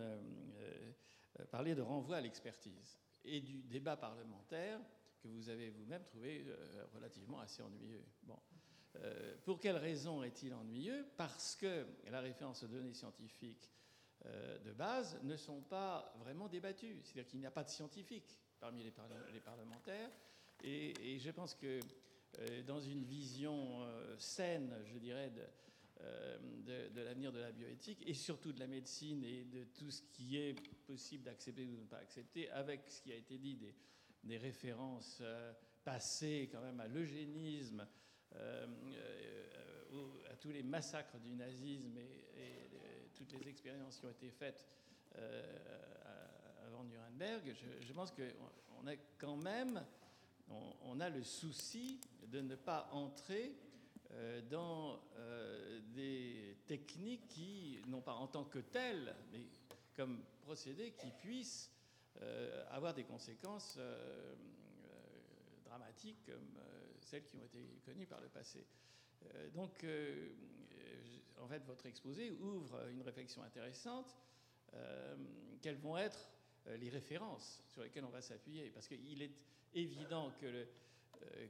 parlé de renvoi à l'expertise et du débat parlementaire que vous avez vous-même trouvé relativement assez ennuyeux. Bon. Pour quelle raison est-il ennuyeux ? Parce que la référence aux données scientifiques de base ne sont pas vraiment débattues. C'est-à-dire qu'il n'y a pas de scientifiques parmi les, par- les parlementaires. Et, et je pense que euh, dans une vision euh, saine, je dirais, de, euh, de, de l'avenir de la bioéthique et surtout de la médecine et de tout ce qui est possible d'accepter ou de ne pas accepter, avec ce qui a été dit des, des références euh, passées quand même à l'eugénisme, euh, euh, à tous les massacres du nazisme et, et, et toutes les expériences qui ont été faites euh, avant Nuremberg, je, je pense qu'on a quand même... on a le souci de ne pas entrer euh, dans euh, des techniques qui, non pas en tant que telles, mais comme procédés qui puissent euh, avoir des conséquences euh, euh, dramatiques comme euh, celles qui ont été connues par le passé. Euh, donc, euh, en fait, votre exposé ouvre une réflexion intéressante. Euh, quelles vont être les références sur lesquelles on va s'appuyer ? Parce qu'il est évident que le, euh,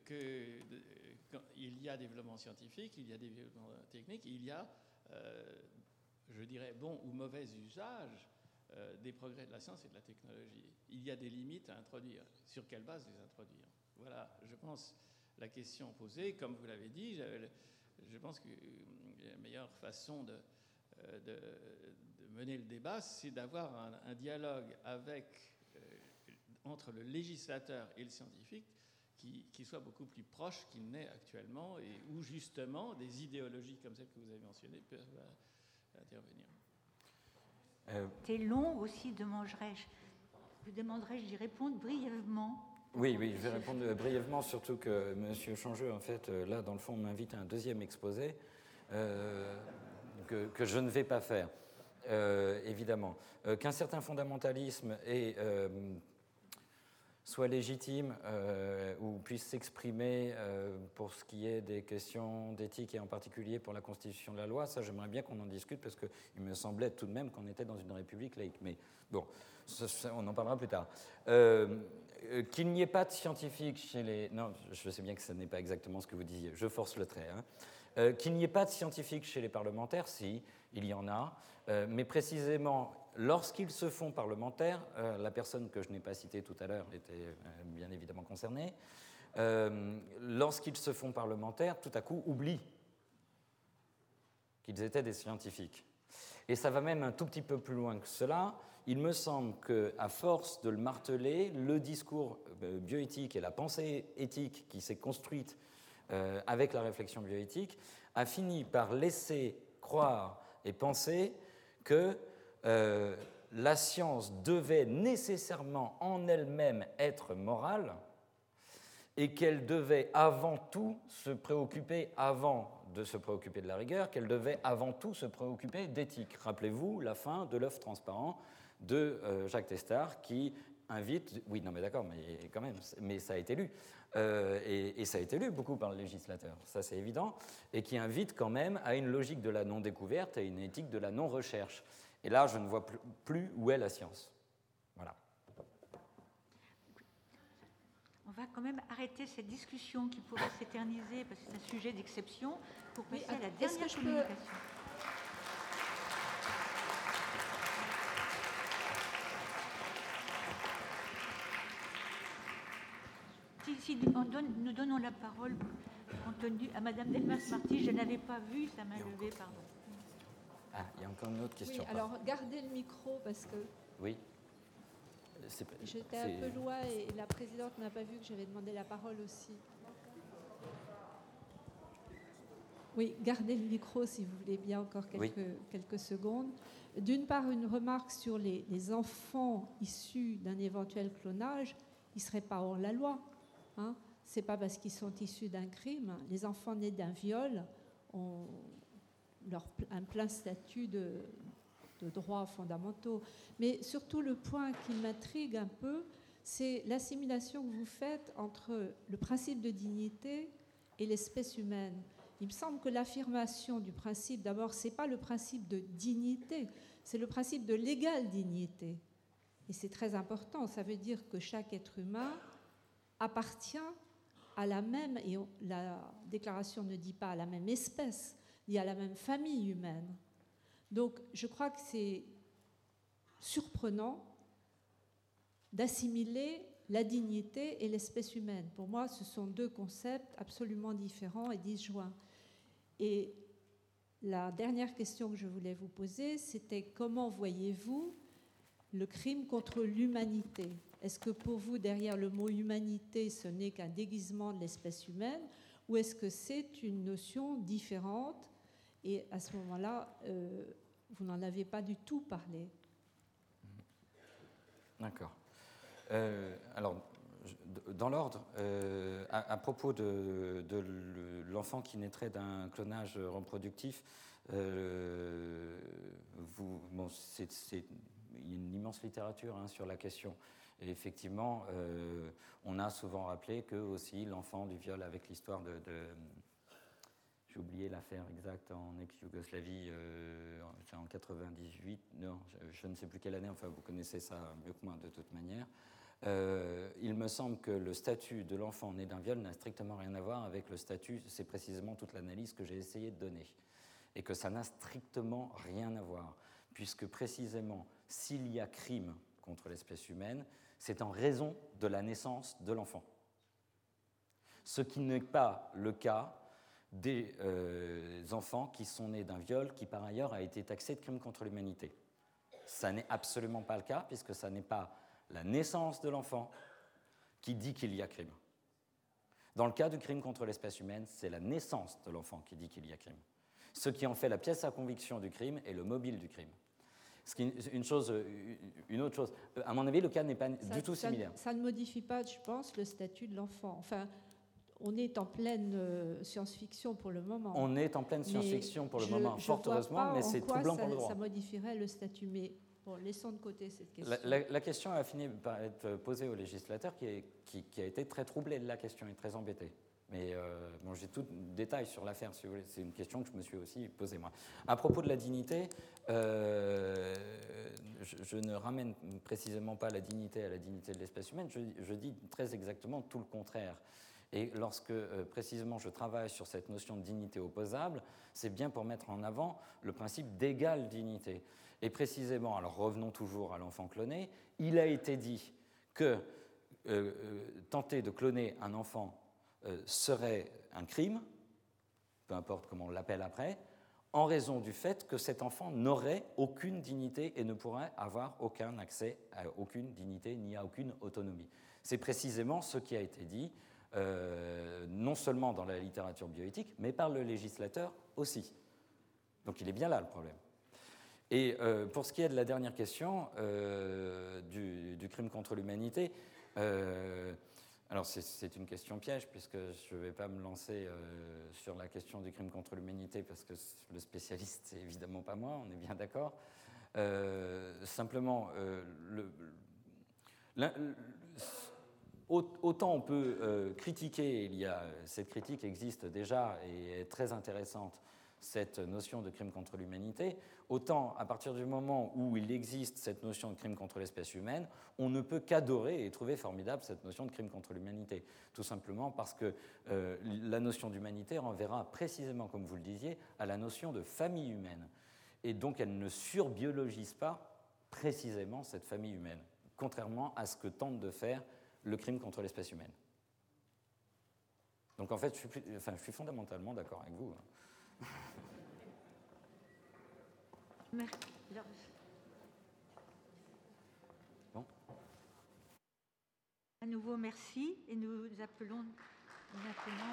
qu'il y a développement scientifique, il y a développement technique, il y a, euh, je dirais, bon ou mauvais usage euh, des progrès de la science et de la technologie. Il y a des limites à introduire. Sur quelle base les introduire? Voilà, je pense, la question posée. Comme vous l'avez dit, je, je pense que la meilleure façon de, de, de mener le débat, c'est d'avoir un, un dialogue avec, euh, entre le législateur et le scientifique qui, qui soit beaucoup plus proche qu'il n'est actuellement et où justement des idéologies comme celle que vous avez mentionnée peuvent euh, intervenir. Euh... C'est long aussi, demanderais-je. Vous demanderais-je d'y répondre brièvement? Oui, oui, je vais répondre brièvement, surtout que M. Changeux, en fait, là, dans le fond, m'invite à un deuxième exposé euh, que, que je ne vais pas faire, euh, évidemment. Euh, qu'un certain fondamentalisme est... Euh, soit légitime euh, ou puisse s'exprimer euh, pour ce qui est des questions d'éthique et en particulier pour la constitution de la loi, ça j'aimerais bien qu'on en discute parce qu'il me semblait tout de même qu'on était dans une république laïque. Mais bon, ça, ça, on en parlera plus tard. Euh, euh, qu'il n'y ait pas de scientifiques chez les... Non, je sais bien que ce n'est pas exactement ce que vous disiez, je force le trait. Hein. Euh, qu'il n'y ait pas de scientifiques chez les parlementaires, si, il y en a, euh, mais précisément... Lorsqu'ils se font parlementaires, euh, la personne que je n'ai pas citée tout à l'heure était euh, bien évidemment concernée, euh, lorsqu'ils se font parlementaires, tout à coup oublient qu'ils étaient des scientifiques. Et ça va même un tout petit peu plus loin que cela. Il me semble qu'à force de le marteler, le discours bioéthique et la pensée éthique qui s'est construite euh, avec la réflexion bioéthique a fini par laisser croire et penser que Euh, la science devait nécessairement en elle-même être morale et qu'elle devait avant tout se préoccuper, avant de se préoccuper de la rigueur, qu'elle devait avant tout se préoccuper d'éthique. Rappelez-vous la fin de l'œuf transparent de euh, Jacques Testard qui invite, oui, non mais d'accord, mais quand même, mais ça a été lu, euh, et, et ça a été lu beaucoup par le législateur, ça c'est évident, et qui invite quand même à une logique de la non-découverte et une éthique de la non-recherche. Et là, je ne vois plus où est la science. Voilà. On va quand même arrêter cette discussion qui pourrait s'éterniser, parce que c'est un sujet d'exception, pour passer oui, à la dernière que communication. Peux... Si, si on donne, nous donnons la parole compte tenu à Madame Delmas-Marty, je ne l'avais pas vue, ça m'a levé, pardon. Ah, il y a encore une autre question. Oui, alors gardez le micro parce que oui. J'étais un peu loin et la présidente n'a pas vu que j'avais demandé la parole aussi. Oui, gardez le micro si vous voulez bien encore quelques, oui. quelques secondes. D'une part, une remarque sur les, les enfants issus d'un éventuel clonage, ils ne seraient pas hors la loi. Hein. Ce n'est pas parce qu'ils sont issus d'un crime. Les enfants nés d'un viol ont leur, un plein statut de, de droits fondamentaux. Mais surtout, le point qui m'intrigue un peu, c'est l'assimilation que vous faites entre le principe de dignité et l'espèce humaine. Il me semble que l'affirmation du principe, d'abord, ce n'est pas le principe de dignité, c'est le principe de l'égale dignité. Et c'est très important, ça veut dire que chaque être humain appartient à la même, et on, la déclaration ne dit pas à la même espèce, dit à la même famille humaine. Donc je crois que c'est surprenant d'assimiler la dignité et l'espèce humaine. Pour moi, ce sont deux concepts absolument différents et disjoints. Et la dernière question que je voulais vous poser, c'était comment voyez-vous le crime contre l'humanité ? Est-ce que pour vous, derrière le mot humanité, ce n'est qu'un déguisement de l'espèce humaine, ou est-ce que c'est une notion différente ? Et à ce moment-là, euh, vous n'en avez pas du tout parlé. D'accord. Euh, alors, dans l'ordre, euh, à, à propos de, de l'enfant qui naîtrait d'un clonage reproductif, euh, vous, bon, c'est, c'est, il y a une immense littérature hein, sur la question. Et effectivement, euh, on a souvent rappelé que aussi l'enfant du viol avec l'histoire de, de j'ai oublié l'affaire exacte en ex-Yougoslavie, euh, c'est en quatre-vingt-dix-huit, non, je, je ne sais plus quelle année, enfin vous connaissez ça mieux que moi de toute manière. Euh, il me semble que le statut de l'enfant né d'un viol n'a strictement rien à voir avec le statut, c'est précisément toute l'analyse que j'ai essayé de donner, et que ça n'a strictement rien à voir, puisque précisément, s'il y a crime contre l'espèce humaine, c'est en raison de la naissance de l'enfant. Ce qui n'est pas le cas des euh, enfants qui sont nés d'un viol qui, par ailleurs, a été taxé de crime contre l'humanité. Ça n'est absolument pas le cas, puisque ça n'est pas la naissance de l'enfant qui dit qu'il y a crime. Dans le cas du crime contre l'espèce humaine, c'est la naissance de l'enfant qui dit qu'il y a crime. Ce qui en fait la pièce à conviction du crime et le mobile du crime. Ce qui est une, chose, une autre chose. À mon avis, le cas n'est pas ça, du tout ça, similaire. Ça ne modifie pas, je pense, le statut de l'enfant. Enfin, on est en pleine euh, science-fiction pour le moment. On est en pleine science-fiction pour le je, moment, je fort heureusement, mais c'est troublant ça, pour le droit. Ça modifierait le statut, mais bon, laissons de côté cette question. La, la, la question a fini par être posée au législateur qui, est, qui, qui a été très troublé de la question et très embêté. Mais euh, bon, j'ai tout détail sur l'affaire, si vous voulez. C'est une question que je me suis aussi posée, moi. À propos de la dignité, euh, je, je ne ramène précisément pas la dignité à la dignité de l'espèce humaine, je, je dis très exactement tout le contraire. Et lorsque, euh, précisément, je travaille sur cette notion de dignité opposable, c'est bien pour mettre en avant le principe d'égale dignité. Et précisément, alors revenons toujours à l'enfant cloné, il a été dit que euh, euh, tenter de cloner un enfant Euh, serait un crime, peu importe comment on l'appelle après, en raison du fait que cet enfant n'aurait aucune dignité et ne pourrait avoir aucun accès à aucune dignité ni à aucune autonomie. C'est précisément ce qui a été dit, euh, non seulement dans la littérature bioéthique, mais par le législateur aussi. Donc il est bien là le problème. Et euh, pour ce qui est de la dernière question, euh, du, du crime contre l'humanité, euh, alors c'est une question piège, puisque je ne vais pas me lancer euh, sur la question du crime contre l'humanité, parce que le spécialiste, c'est évidemment pas moi, on est bien d'accord. Euh, simplement, euh, le, le, le, autant on peut euh, critiquer, il y a, cette critique existe déjà et est très intéressante, cette notion de crime contre l'humanité, autant à partir du moment où il existe cette notion de crime contre l'espèce humaine, on ne peut qu'adorer et trouver formidable cette notion de crime contre l'humanité. Tout simplement parce que euh, la notion d'humanité renverra précisément, comme vous le disiez, à la notion de famille humaine. Et donc elle ne surbiologise pas précisément cette famille humaine, contrairement à ce que tente de faire le crime contre l'espèce humaine. Donc en fait, je suis, enfin, je suis fondamentalement d'accord avec vous. Bon. À nouveau, merci. Et nous appelons maintenant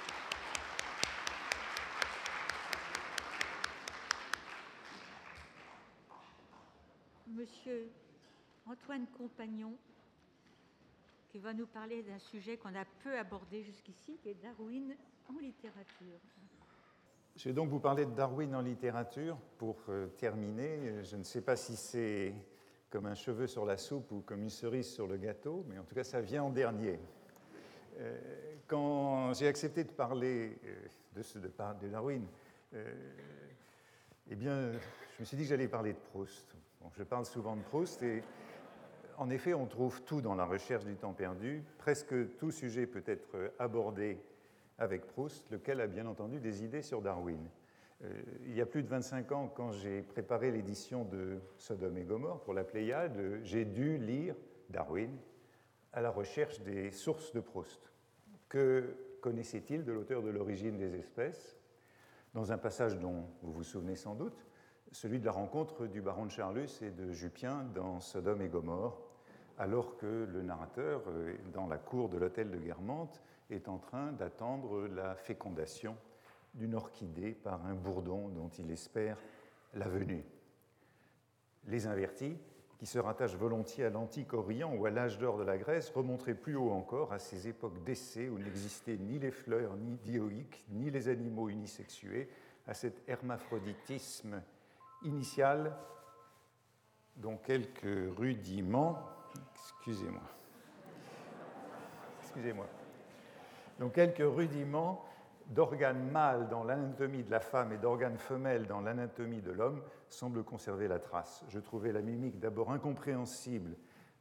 Monsieur Antoine Compagnon, qui va nous parler d'un sujet qu'on a peu abordé jusqu'ici, qui est Darwin en littérature. Je vais donc vous parler de Darwin en littérature. Pour euh, terminer, je ne sais pas si c'est comme un cheveu sur la soupe ou comme une cerise sur le gâteau, mais en tout cas, ça vient en dernier. Euh, quand j'ai accepté de parler euh, de, ce, de, de Darwin, euh, eh bien, je me suis dit que j'allais parler de Proust. Bon, je parle souvent de Proust et, en effet, on trouve tout dans la recherche du temps perdu. Presque tout sujet peut être abordé avec Proust, lequel a bien entendu des idées sur Darwin. Euh, il y a plus de vingt-cinq ans, quand j'ai préparé l'édition de Sodome et Gomorrhe pour la Pléiade, j'ai dû lire Darwin à la recherche des sources de Proust. Que connaissait-il de l'auteur de l'origine des espèces? Dans un passage dont vous vous souvenez sans doute, celui de la rencontre du baron de Charlus et de Jupien dans Sodome et Gomorrhe, alors que le narrateur, dans la cour de l'hôtel de Guermantes, est en train d'attendre la fécondation d'une orchidée par un bourdon dont il espère la venue. Les invertis, qui se rattachent volontiers à l'antique Orient ou à l'âge d'or de la Grèce, remonteraient plus haut encore à ces époques d'essai où n'existaient ni les fleurs ni dioïques, ni les animaux unisexués, à cet hermaphroditisme initial dont quelques rudiments... Excusez-moi. Excusez-moi. Donc quelques rudiments d'organes mâles dans l'anatomie de la femme et d'organes femelles dans l'anatomie de l'homme semblent conserver la trace. Je trouvais la mimique d'abord incompréhensible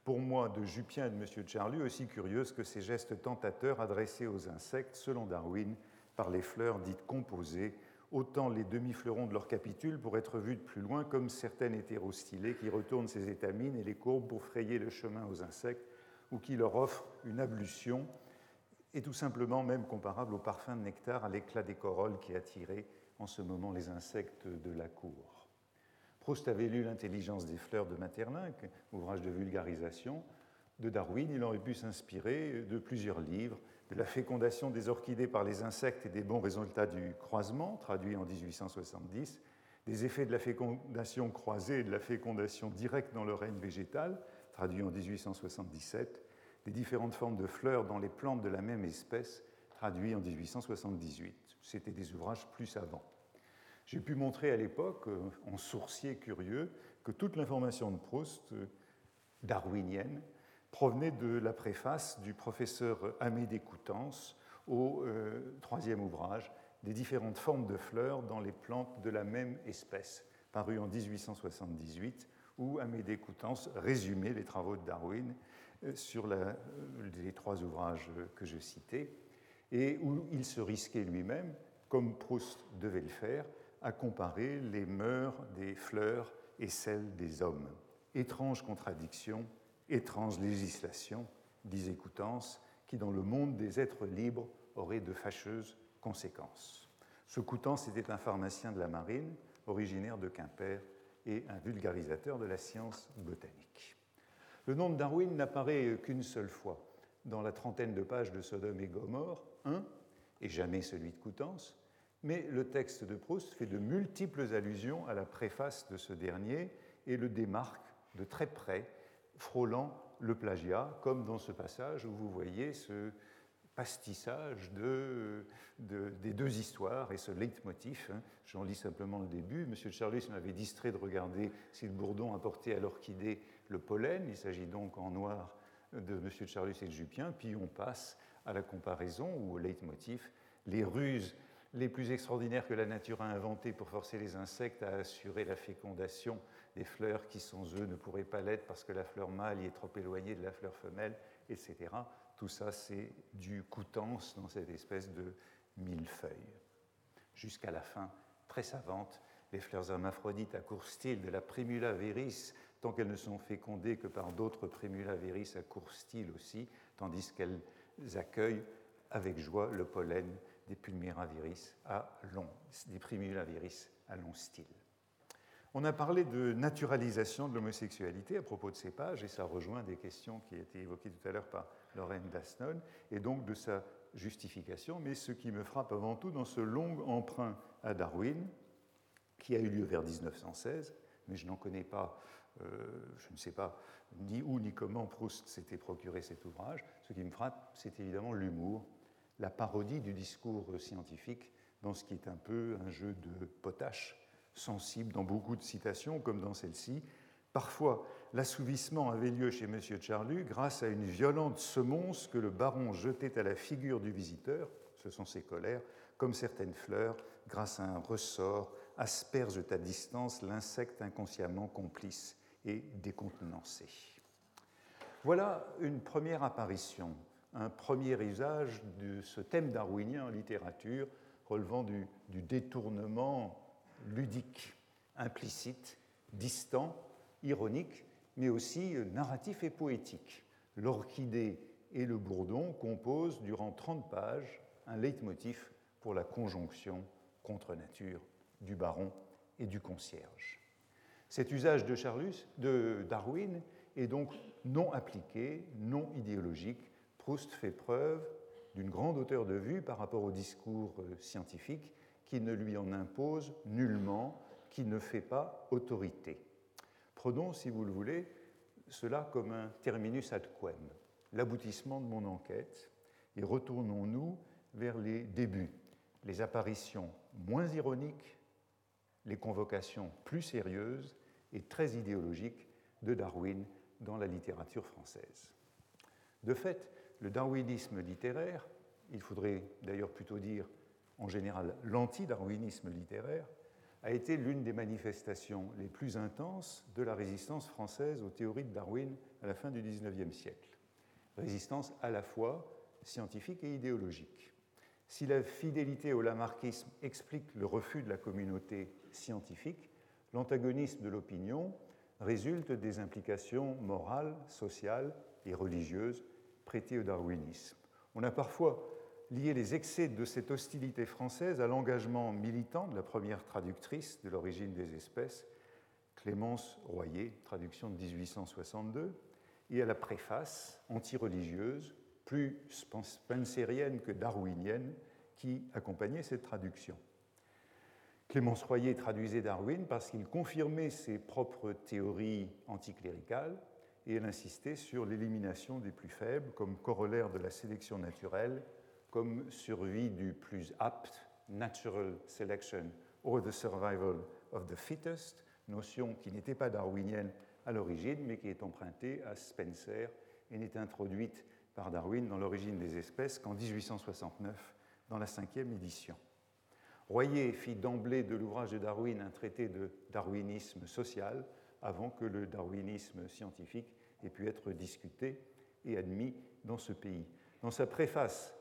pour moi, de Jupien et de M. Charlus, aussi curieuse que ces gestes tentateurs adressés aux insectes, selon Darwin, par les fleurs dites composées, autant les demi-fleurons de leur capitule pour être vus de plus loin comme certaines hétérostylées qui retournent ces étamines et les courbes pour frayer le chemin aux insectes ou qui leur offrent une ablution, et tout simplement même comparable au parfum de nectar à l'éclat des corolles qui attiraient en ce moment les insectes de la cour. Proust avait lu L'intelligence des fleurs de Maeterlinck, ouvrage de vulgarisation de Darwin. Il aurait pu s'inspirer de plusieurs livres, de la fécondation des orchidées par les insectes et des bons résultats du croisement, traduit en dix-huit cent soixante-dix, des effets de la fécondation croisée et de la fécondation directe dans le règne végétal, traduit en dix-huit cent soixante-dix-sept, des différentes formes de fleurs dans les plantes de la même espèce, traduit en dix-huit cent soixante-dix-huit. C'étaient des ouvrages plus savants. J'ai pu montrer à l'époque, en sourcier curieux, que toute l'information de Proust, darwinienne, provenait de la préface du professeur Amédée Coutances au euh, troisième ouvrage, des différentes formes de fleurs dans les plantes de la même espèce, paru en dix-huit cent soixante-dix-huit, où Amédée Coutances résumait les travaux de Darwin sur la, les trois ouvrages que je citais, et où il se risquait lui-même, comme Proust devait le faire, à comparer les mœurs des fleurs et celles des hommes. Étrange contradiction, étrange législation, disait Coutances, qui dans le monde des êtres libres aurait de fâcheuses conséquences. Ce Coutances était un pharmacien de la marine, originaire de Quimper, et un vulgarisateur de la science botanique. Le nom de Darwin n'apparaît qu'une seule fois dans la trentaine de pages de Sodome et Gomorrhe, un, et jamais celui de Coutances, mais le texte de Proust fait de multiples allusions à la préface de ce dernier et le démarque de très près, frôlant le plagiat, comme dans ce passage où vous voyez ce pastissage de, de, des deux histoires et ce leitmotiv. Hein. J'en lis simplement le début. M. Charlus m'avait distrait de regarder si le bourdon apportait à l'orchidée le pollen. Il s'agit donc en noir de M. Charlus et de Jupien. Puis on passe à la comparaison ou au leitmotiv, les ruses les plus extraordinaires que la nature a inventées pour forcer les insectes à assurer la fécondation des fleurs qui, sans eux, ne pourraient pas l'être parce que la fleur mâle y est trop éloignée de la fleur femelle, et cetera. Tout ça, c'est du Coutances dans cette espèce de millefeuille. Jusqu'à la fin, très savante, les fleurs hermaphrodites à court style de la Primula viris, tant qu'elles ne sont fécondées que par d'autres Primula viris à court style aussi, tandis qu'elles accueillent avec joie le pollen des Pulmira viris à long, des Primula viris à long style. On a parlé de naturalisation de l'homosexualité à propos de ces pages, et ça rejoint des questions qui ont été évoquées tout à l'heure par Lorraine Dasnon, et donc de sa justification. Mais ce qui me frappe avant tout dans ce long emprunt à Darwin, qui a eu lieu vers dix-neuf cent seize, mais je n'en connais pas, euh, je ne sais pas ni où ni comment Proust s'était procuré cet ouvrage, ce qui me frappe, c'est évidemment l'humour, la parodie du discours scientifique dans ce qui est un peu un jeu de potache, sensible dans beaucoup de citations, comme dans celle-ci. Parfois, l'assouvissement avait lieu chez M. Charlus grâce à une violente semonce que le baron jetait à la figure du visiteur, ce sont ses colères, comme certaines fleurs, grâce à un ressort, aspergent à distance l'insecte inconsciemment complice et décontenancé. Voilà une première apparition, un premier usage de ce thème darwinien en littérature, relevant du, du détournement ludique, implicite, distant, ironique, mais aussi narratif et poétique. L'orchidée et le bourdon composent durant trente pages un leitmotiv pour la conjonction contre nature du baron et du concierge. Cet usage de, Charlus, de Darwin est donc non appliqué, non idéologique. Proust fait preuve d'une grande hauteur de vue par rapport au discours scientifique qui ne lui en impose nullement, qui ne fait pas autorité. Prenons, si vous le voulez, cela comme un terminus ad quem, l'aboutissement de mon enquête, et retournons-nous vers les débuts, les apparitions moins ironiques, les convocations plus sérieuses et très idéologiques de Darwin dans la littérature française. De fait, le darwinisme littéraire, il faudrait d'ailleurs plutôt dire en général l'anti-darwinisme littéraire, a été l'une des manifestations les plus intenses de la résistance française aux théories de Darwin à la fin du dix-neuvième siècle. Résistance à la fois scientifique et idéologique. Si la fidélité au lamarckisme explique le refus de la communauté scientifique, l'antagonisme de l'opinion résulte des implications morales, sociales et religieuses prêtées au darwinisme. On a parfois lié les excès de cette hostilité française à l'engagement militant de la première traductrice de l'origine des espèces, Clémence Royer, traduction de dix-huit cent soixante-deux, et à la préface anti-religieuse, plus spencerienne que darwinienne, qui accompagnait cette traduction. Clémence Royer traduisait Darwin parce qu'il confirmait ses propres théories anticléricales et elle insistait sur l'élimination des plus faibles comme corollaire de la sélection naturelle, comme survie du plus apte, natural selection, or the survival of the fittest, notion qui n'était pas darwinienne à l'origine, mais qui est empruntée à Spencer et n'est introduite par Darwin dans l'origine des espèces qu'en dix-huit cent soixante-neuf, dans la cinquième édition. Royer fit d'emblée de l'ouvrage de Darwin un traité de darwinisme social avant que le darwinisme scientifique ait pu être discuté et admis dans ce pays. Dans sa préface,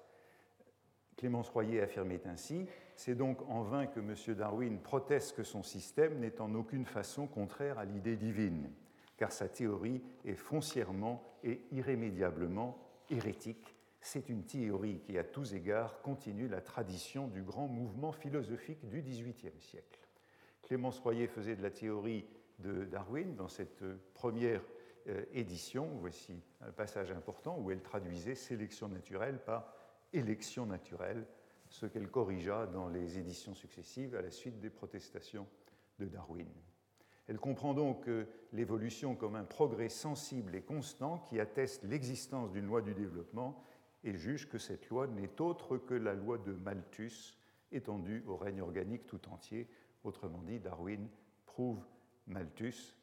Clémence Royer affirmait ainsi « C'est donc en vain que M. Darwin proteste que son système n'est en aucune façon contraire à l'idée divine, car sa théorie est foncièrement et irrémédiablement hérétique. C'est une théorie qui, à tous égards, continue la tradition du grand mouvement philosophique du dix-huitième siècle. » Clémence Royer faisait de la théorie de Darwin dans cette première euh, édition, voici un passage important, où elle traduisait sélection naturelle par élection naturelle, ce qu'elle corrigea dans les éditions successives à la suite des protestations de Darwin. Elle comprend donc l'évolution comme un progrès sensible et constant qui atteste l'existence d'une loi du développement et juge que cette loi n'est autre que la loi de Malthus étendue au règne organique tout entier. Autrement dit, Darwin prouve Malthus.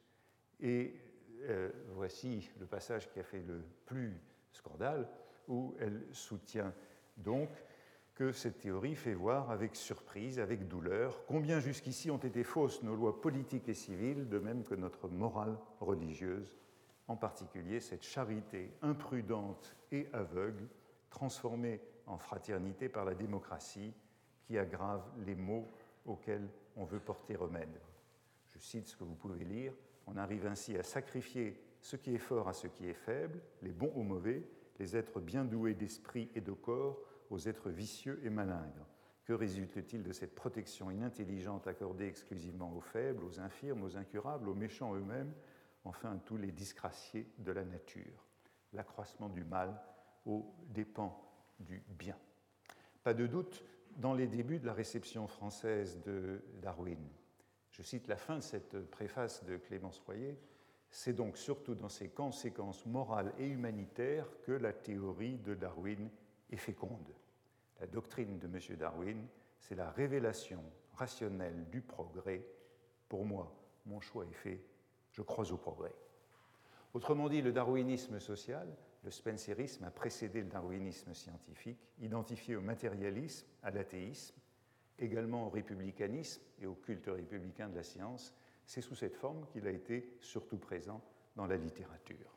Et euh, voici le passage qui a fait le plus scandale, où elle soutient donc que cette théorie fait voir avec surprise, avec douleur, combien jusqu'ici ont été fausses nos lois politiques et civiles, de même que notre morale religieuse, en particulier cette charité imprudente et aveugle, transformée en fraternité par la démocratie, qui aggrave les maux auxquels on veut porter remède. Je cite ce que vous pouvez lire. On arrive ainsi à sacrifier ce qui est fort à ce qui est faible, les bons aux mauvais, les êtres bien doués d'esprit et de corps aux êtres vicieux et malingres. Que résulte-t-il de cette protection inintelligente accordée exclusivement aux faibles, aux infirmes, aux incurables, aux méchants eux-mêmes, enfin à tous les disgraciés de la nature? L'accroissement du mal aux dépens du bien. Pas de doute, dans les débuts de la réception française de Darwin, je cite la fin de cette préface de Clémence Royer, c'est donc surtout dans ses conséquences morales et humanitaires que la théorie de Darwin est féconde. La doctrine de M. Darwin, c'est la révélation rationnelle du progrès. Pour moi, mon choix est fait, je crois au progrès. Autrement dit, le darwinisme social, le spencerisme, a précédé le darwinisme scientifique, identifié au matérialisme, à l'athéisme, également au républicanisme et au culte républicain de la science. C'est sous cette forme qu'il a été surtout présent dans la littérature.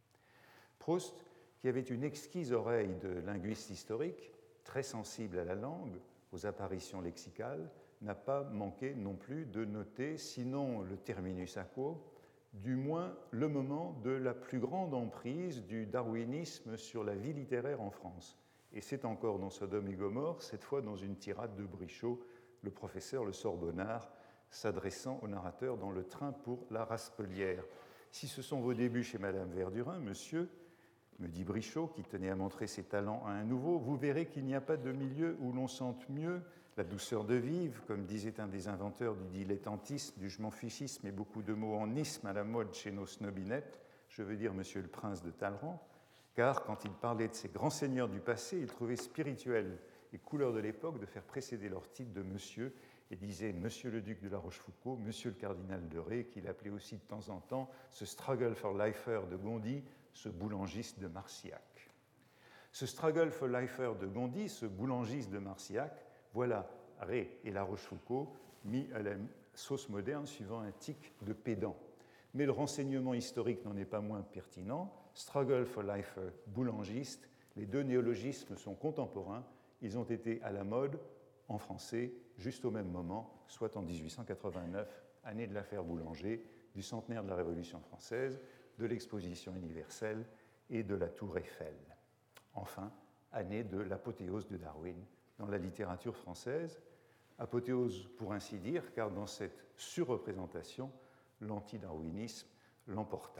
Proust, qui avait une exquise oreille de linguiste historique, très sensible à la langue, aux apparitions lexicales, n'a pas manqué non plus de noter, sinon le terminus aquo, du moins le moment de la plus grande emprise du darwinisme sur la vie littéraire en France. Et c'est encore dans Sodome et Gomorrhe, cette fois dans une tirade de Brichot, le professeur Le Sorbonnard, s'adressant au narrateur dans le train pour la Raspelière. Si ce sont vos débuts chez Madame Verdurin, monsieur, me dit Brichot, qui tenait à montrer ses talents à un nouveau, vous verrez qu'il n'y a pas de milieu où l'on sente mieux la douceur de vivre, comme disait un des inventeurs du dilettantisme, du je m'en fichisme et beaucoup de mots en isme à la mode chez nos snobinettes, je veux dire monsieur le prince de Talleyrand, car quand il parlait de ces grands seigneurs du passé, il trouvait spirituel et couleur de l'époque de faire précéder leur titre de monsieur et disait monsieur le duc de la Rochefoucauld, monsieur le cardinal de Ré, qu'il appelait aussi de temps en temps ce struggle for lifer de Gondy, ce boulangiste de Marcillac. Ce struggle for lifer de Gondy, ce boulangiste de Marcillac, voilà Ré et la Rochefoucauld mis à la sauce moderne suivant un tic de pédant. Mais le renseignement historique n'en est pas moins pertinent. Struggle for life, boulangiste, les deux néologismes sont contemporains. Ils ont été à la mode en français juste au même moment, soit en dix-huit cent quatre-vingt-neuf, année de l'affaire Boulanger, du centenaire de la Révolution française, de l'exposition universelle et de la Tour Eiffel. Enfin, année de l'apothéose de Darwin dans la littérature française. Apothéose pour ainsi dire, car dans cette surreprésentation, l'antidarwinisme l'emporta.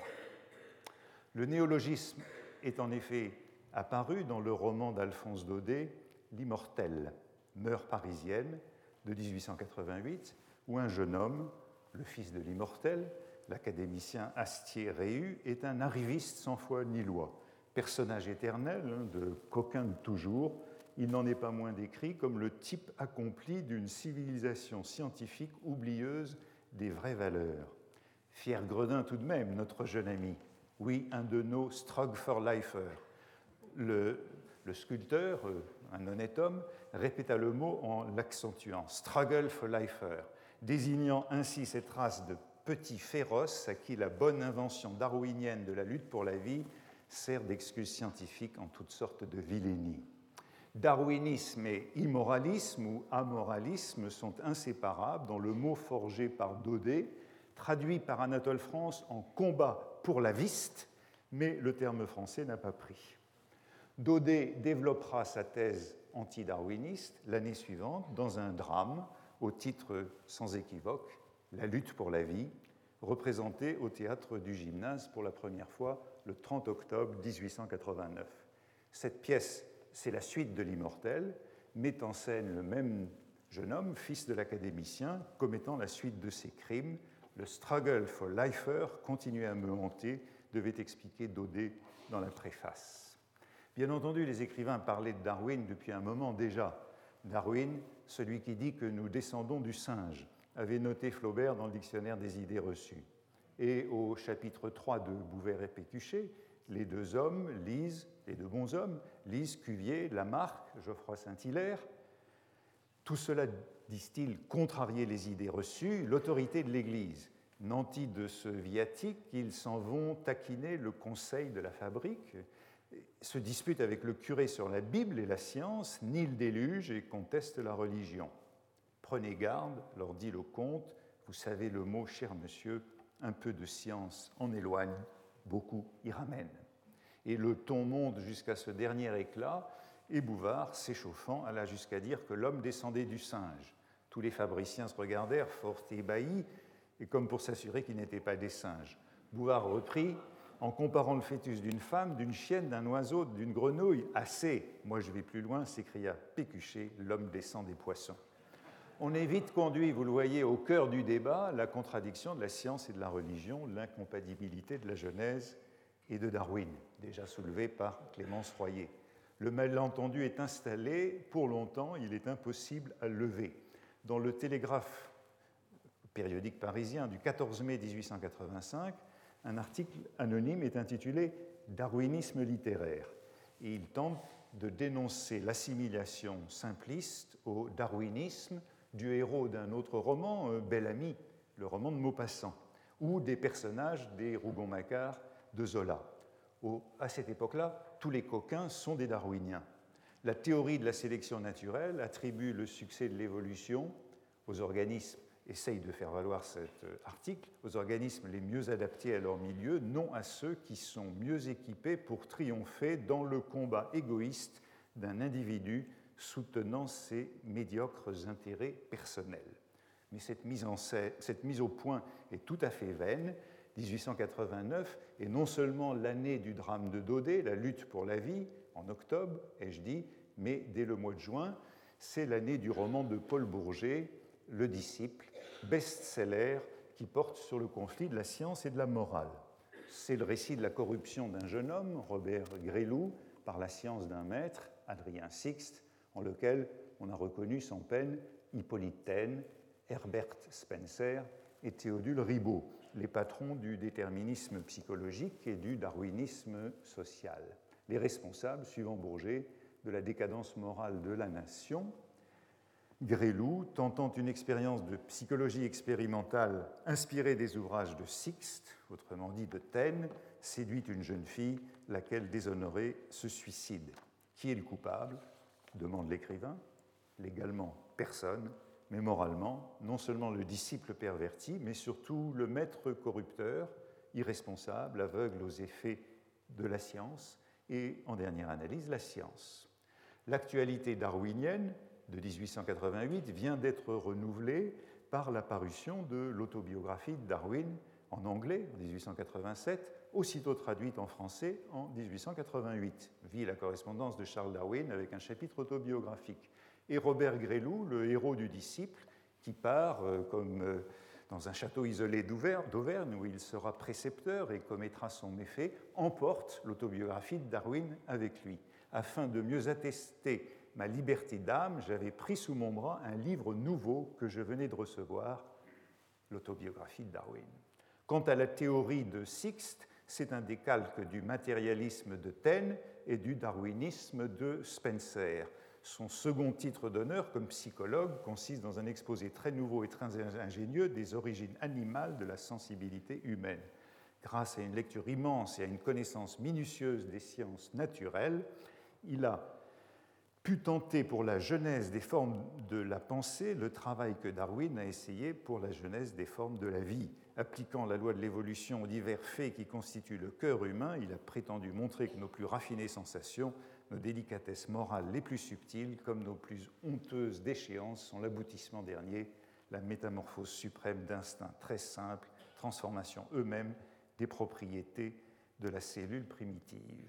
Le néologisme est en effet apparu dans le roman d'Alphonse Daudet, L'Immortel, Mœurs parisiennes, de dix-huit cent quatre-vingt-huit, où un jeune homme, le fils de l'Immortel, l'académicien Astier Réhu, est un arriviste sans foi ni loi. Personnage éternel, de coquin de toujours, il n'en est pas moins décrit comme le type accompli d'une civilisation scientifique oublieuse des vraies valeurs. Fier gredin tout de même, notre jeune ami. Oui, un de nos strug for lifers. Le, le sculpteur, un honnête homme, répéta le mot en l'accentuant, struggle for lifer, désignant ainsi cette race de petits féroces à qui la bonne invention darwinienne de la lutte pour la vie sert d'excuse scientifique en toutes sortes de vilainies. Darwinisme et immoralisme ou amoralisme sont inséparables dans le mot forgé par Daudet, traduit par Anatole France en combat pour la viste, mais le terme français n'a pas pris. Daudet développera sa thèse anti-darwiniste l'année suivante dans un drame au titre sans équivoque, La lutte pour la vie, représenté au théâtre du Gymnase pour la première fois le trente octobre dix-huit cent quatre-vingt-neuf. Cette pièce, c'est la suite de l'Immortel, met en scène le même jeune homme, fils de l'académicien, commettant la suite de ses crimes. Le struggle for lifer continuait à me hanter, devait expliquer Daudet dans la préface. Bien entendu, les écrivains parlaient de Darwin depuis un moment déjà. Darwin, celui qui dit que nous descendons du singe, avait noté Flaubert dans le dictionnaire des idées reçues. Et au chapitre trois de Bouvert et Pécuchet, les deux hommes lisent, les deux bons hommes, lisent Cuvier, Lamarck, Geoffroy Saint-Hilaire. Tout cela, disent-ils, contrariait les idées reçues, l'autorité de l'Église. Nantis de ce viatique, ils s'en vont taquiner le conseil de la fabrique, se disputent avec le curé sur la Bible et la science, nient le déluge et contestent la religion. Prenez garde, leur dit le comte, vous savez le mot, cher monsieur, un peu de science en éloigne, beaucoup y ramène. Et le ton monte jusqu'à ce dernier éclat, et Bouvard, s'échauffant, alla jusqu'à dire que l'homme descendait du singe. Tous les fabriciens se regardèrent, fort ébahis, et comme pour s'assurer qu'ils n'étaient pas des singes. Bouvard reprit, en comparant le fœtus d'une femme, d'une chienne, d'un oiseau, d'une grenouille. « Assez, moi je vais plus loin », s'écria Pécuchet, l'homme descend des poissons. On est vite conduit, vous le voyez, au cœur du débat, la contradiction de la science et de la religion, l'incompatibilité de la Genèse et de Darwin, déjà soulevée par Clémence Royer. Le malentendu est installé, pour longtemps, il est impossible à lever. Dans le Télégraphe périodique parisien du quatorze mai dix-huit cent quatre-vingt-cinq, un article anonyme est intitulé « Darwinisme littéraire » et il tente de dénoncer l'assimilation simpliste au darwinisme du héros d'un autre roman, Bel Ami, le roman de Maupassant, ou des personnages des Rougon-Macquart de Zola. Au, à cette époque-là, tous les coquins sont des darwiniens. La théorie de la sélection naturelle attribue le succès de l'évolution aux organismes, essaye de faire valoir cet article, aux organismes les mieux adaptés à leur milieu, non à ceux qui sont mieux équipés pour triompher dans le combat égoïste d'un individu soutenant ses médiocres intérêts personnels. Mais cette mise, en scène, cette mise au point est tout à fait vaine. dix-huit cent quatre-vingt-neuf est non seulement l'année du drame de Daudet, la lutte pour la vie, en octobre, ai-je dit, mais dès le mois de juin, c'est l'année du roman de Paul Bourget, Le disciple, best-seller qui porte sur le conflit de la science et de la morale. C'est le récit de la corruption d'un jeune homme, Robert Gréloux, par la science d'un maître, Adrien Sixt, en lequel on a reconnu sans peine Hippolyte Taine, Herbert Spencer et Théodule Ribot, les patrons du déterminisme psychologique et du darwinisme social, les responsables, suivant Bourget, de la décadence morale de la nation. Gresloup, tentant une expérience de psychologie expérimentale inspirée des ouvrages de Sixte, autrement dit de Taine, séduit une jeune fille, laquelle, déshonorée, se suicide. Qui est le coupable ? Demande l'écrivain. Légalement, personne, mais moralement, non seulement le disciple perverti, mais surtout le maître corrupteur, irresponsable, aveugle aux effets de la science, et, en dernière analyse, la science. L'actualité darwinienne de dix-huit cent quatre-vingt-huit vient d'être renouvelée par la parution de l'autobiographie de Darwin en anglais en dix-huit cent quatre-vingt-sept, aussitôt traduite en français en dix-huit cent quatre-vingt-huit. Vit la correspondance de Charles Darwin avec un chapitre autobiographique. Et Robert Gresloup, le héros du disciple, qui part euh, comme euh, dans un château isolé d'Auvergne où il sera précepteur et commettra son méfait, emporte l'autobiographie de Darwin avec lui. Afin de mieux attester ma liberté d'âme, j'avais pris sous mon bras un livre nouveau que je venais de recevoir, l'autobiographie de Darwin. Quant à la théorie de Sixte, c'est un décalque du matérialisme de Taine et du darwinisme de Spencer. Son second titre d'honneur comme psychologue consiste dans un exposé très nouveau et très ingénieux des origines animales de la sensibilité humaine. Grâce à une lecture immense et à une connaissance minutieuse des sciences naturelles, il a pu tenter pour la genèse des formes de la pensée le travail que Darwin a essayé pour la genèse des formes de la vie. Appliquant la loi de l'évolution aux divers faits qui constituent le cœur humain, il a prétendu montrer que nos plus raffinées sensations, nos délicatesses morales les plus subtiles, comme nos plus honteuses déchéances, sont l'aboutissement dernier, la métamorphose suprême d'instincts très simples, transformation eux-mêmes des propriétés de la cellule primitive.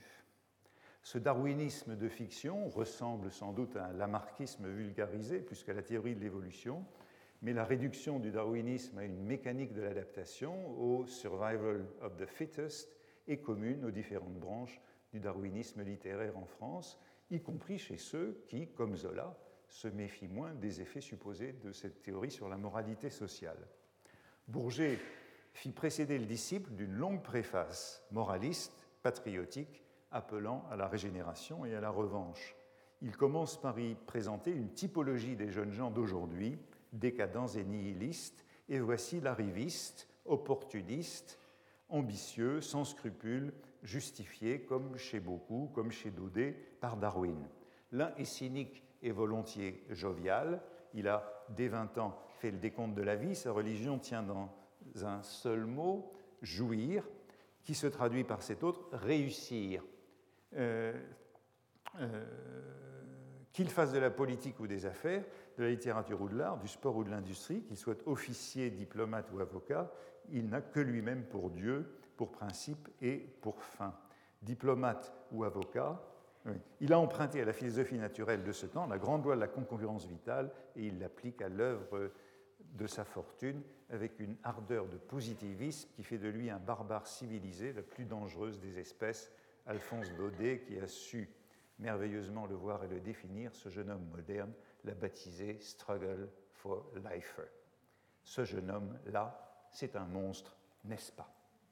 Ce darwinisme de fiction ressemble sans doute à un lamarckisme vulgarisé plus qu'à la théorie de l'évolution, mais la réduction du darwinisme à une mécanique de l'adaptation, au survival of the fittest, est commune aux différentes branches du darwinisme littéraire en France, y compris chez ceux qui, comme Zola, se méfient moins des effets supposés de cette théorie sur la moralité sociale. Bourget fit précéder le disciple d'une longue préface moraliste, patriotique, appelant à la régénération et à la revanche. Il commence par y présenter une typologie des jeunes gens d'aujourd'hui, décadents et nihilistes, et voici l'arriviste, opportuniste, ambitieux, sans scrupules, justifié, comme chez beaucoup, comme chez Daudet, par Darwin. L'un est cynique et volontiers jovial. Il a, dès vingt ans, fait le décompte de la vie. Sa religion tient dans un seul mot, jouir, qui se traduit par cet autre, réussir. Euh, euh, qu'il fasse de la politique ou des affaires, de la littérature ou de l'art, du sport ou de l'industrie, qu'il soit officier, diplomate ou avocat, il n'a que lui-même pour Dieu, pour principe et pour fin. Diplomate ou avocat, oui. Il a emprunté à la philosophie naturelle de ce temps la grande loi de la concurrence vitale et il l'applique à l'œuvre de sa fortune avec une ardeur de positivisme qui fait de lui un barbare civilisé, la plus dangereuse des espèces. Alphonse Daudet, qui a su merveilleusement le voir et le définir, ce jeune homme moderne l'a baptisé « Struggle for Life ». Ce jeune homme-là, c'est un monstre, n'est-ce pas?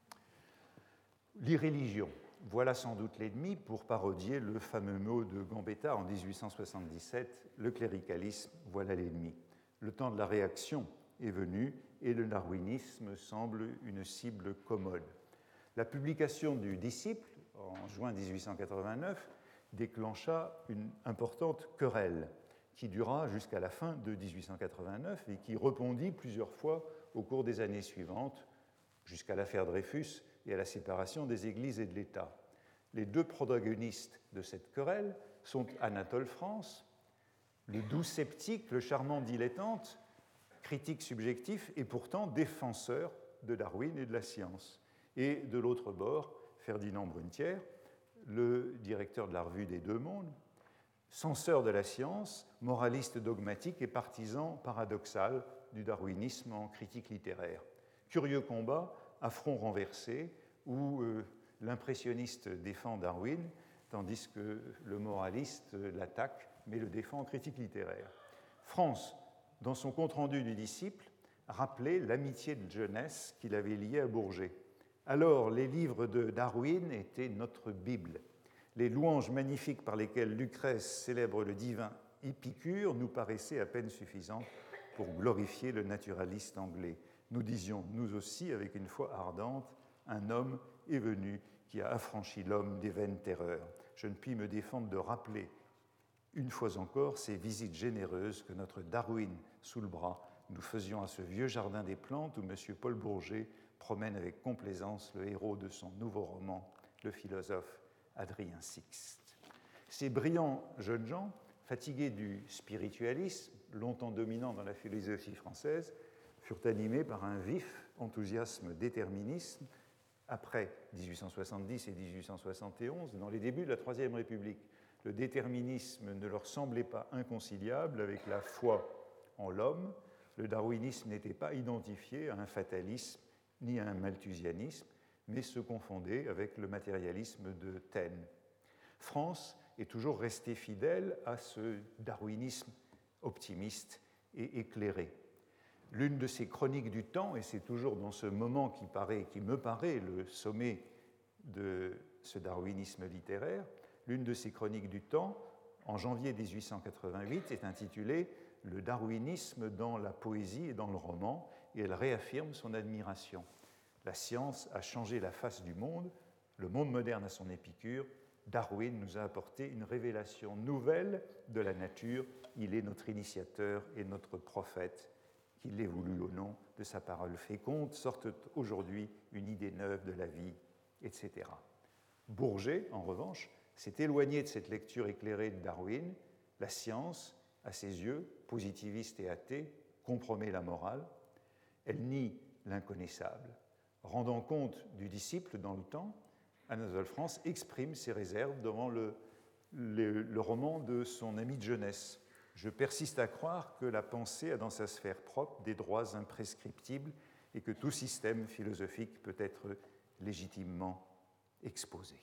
L'irréligion, voilà sans doute l'ennemi, pour parodier le fameux mot de Gambetta en dix-huit cent soixante-dix-sept, le cléricalisme, voilà l'ennemi. Le temps de la réaction est venu et le darwinisme semble une cible commode. La publication du disciple, en juin dix-huit cent quatre-vingt-neuf, déclencha une importante querelle qui dura jusqu'à la fin de dix-huit cent quatre-vingt-neuf et qui rebondit plusieurs fois au cours des années suivantes, jusqu'à l'affaire Dreyfus et à la séparation des Églises et de l'État. Les deux protagonistes de cette querelle sont Anatole France, le doux sceptique, le charmant dilettante, critique subjectif et pourtant défenseur de Darwin et de la science. Et de l'autre bord, Ferdinand Brunetière, le directeur de la Revue des Deux Mondes, censeur de la science, moraliste dogmatique et partisan paradoxal du darwinisme en critique littéraire. Curieux combat à front renversé où euh, l'impressionniste défend Darwin, tandis que le moraliste l'attaque, mais le défend en critique littéraire. France, dans son compte-rendu du disciple, rappelait l'amitié de jeunesse qu'il avait liée à Bourget. Alors, les livres de Darwin étaient notre Bible. Les louanges magnifiques par lesquelles Lucrèce célèbre le divin Épicure nous paraissait à peine suffisante pour glorifier le naturaliste anglais. Nous disions, nous aussi, avec une foi ardente, un homme est venu qui a affranchi l'homme des vaines terreurs. Je ne puis me défendre de rappeler une fois encore ces visites généreuses que notre Darwin sous le bras nous faisions à ce vieux jardin des plantes où M. Paul Bourget promène avec complaisance le héros de son nouveau roman, le philosophe Adrien Sixte. Ces brillants jeunes gens, fatigués du spiritualisme, longtemps dominant dans la philosophie française, furent animés par un vif enthousiasme déterministe après dix-huit cent soixante-dix et dix-huit cent soixante et onze, dans les débuts de la Troisième République. Le déterminisme ne leur semblait pas inconciliable avec la foi en l'homme. Le darwinisme n'était pas identifié à un fatalisme ni à un malthusianisme, mais se confondait avec le matérialisme de Taine. France est toujours restée fidèle à ce darwinisme optimiste et éclairé. L'une de ces chroniques du temps, et c'est toujours dans ce moment qui, paraît, qui me paraît le sommet de ce darwinisme littéraire, l'une de ces chroniques du temps, en janvier dix-huit cent quatre-vingt-huit, est intitulée « Le darwinisme dans la poésie et dans le roman », et elle réaffirme son admiration. La science a changé la face du monde, le monde moderne a son Épicure, Darwin nous a apporté une révélation nouvelle de la nature, il est notre initiateur et notre prophète, qu'il l'ait voulu au nom de sa parole féconde, sorte aujourd'hui une idée neuve de la vie, et cetera. Bourget, en revanche, s'est éloigné de cette lecture éclairée de Darwin. La science, à ses yeux, positiviste et athée, compromet la morale. Elle nie l'inconnaissable. Rendant compte du disciple dans le temps, Anatole France exprime ses réserves devant le, le, le roman de son ami de jeunesse. Je persiste à croire que la pensée a dans sa sphère propre des droits imprescriptibles et que tout système philosophique peut être légitimement exposé.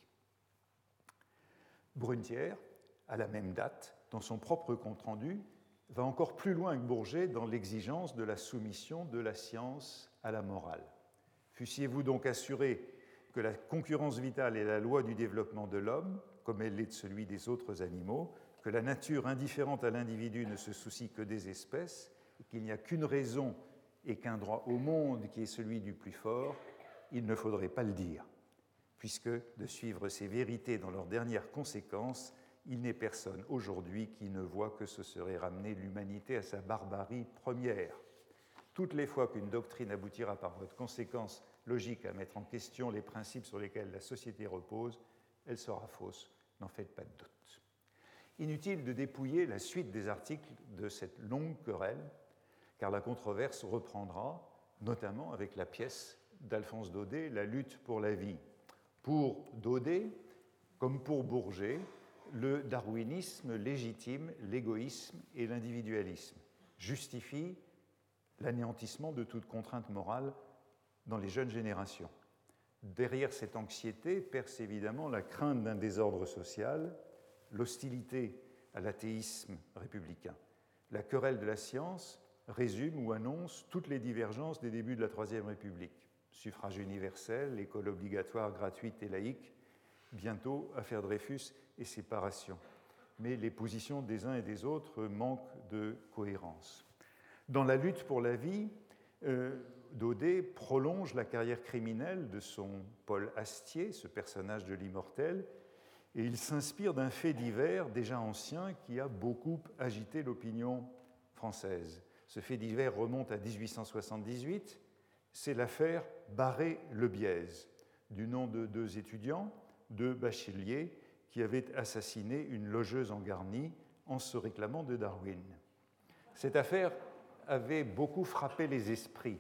Brunetière, à la même date, dans son propre compte-rendu, va encore plus loin que Bourget dans l'exigence de la soumission de la science à la morale. Fussiez-vous donc assuré que la concurrence vitale est la loi du développement de l'homme, comme elle l'est de celui des autres animaux, que la nature indifférente à l'individu ne se soucie que des espèces, et qu'il n'y a qu'une raison et qu'un droit au monde qui est celui du plus fort, il ne faudrait pas le dire, puisque de suivre ces vérités dans leurs dernières conséquences, il n'est personne aujourd'hui qui ne voit que ce serait ramener l'humanité à sa barbarie première. Toutes les fois qu'une doctrine aboutira par voie de conséquence logique à mettre en question les principes sur lesquels la société repose, elle sera fausse, n'en faites pas de doute. Inutile de dépouiller la suite des articles de cette longue querelle, car la controverse reprendra, notamment avec la pièce d'Alphonse Daudet, La lutte pour la vie. Pour Daudet, comme pour Bourget, le darwinisme légitime l'égoïsme et l'individualisme, justifie l'anéantissement de toute contrainte morale dans les jeunes générations. Derrière cette anxiété perce évidemment la crainte d'un désordre social, l'hostilité à l'athéisme républicain. La querelle de la science résume ou annonce toutes les divergences des débuts de la Troisième République. Suffrage universel, école obligatoire gratuite et laïque, bientôt affaire Dreyfus et séparation. Mais les positions des uns et des autres manquent de cohérence. Dans la lutte pour la vie, euh, Daudet prolonge la carrière criminelle de son Paul Astier, ce personnage de l'immortel, et il s'inspire d'un fait divers déjà ancien qui a beaucoup agité l'opinion française. Ce fait divers remonte à dix-huit cent soixante-dix-huit, c'est l'affaire Barré-Lebiez, du nom de deux étudiants, deux bacheliers, qui avaient assassiné une logeuse en Garnie en se réclamant de Darwin. Cette affaire avait beaucoup frappé les esprits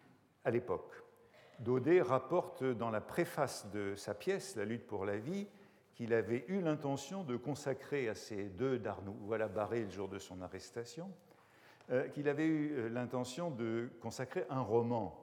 à l'époque. Daudet rapporte dans la préface de sa pièce, La lutte pour la vie, qu'il avait eu l'intention de consacrer à ces deux Darnou, voilà Barré le jour de son arrestation, euh, qu'il avait eu l'intention de consacrer un roman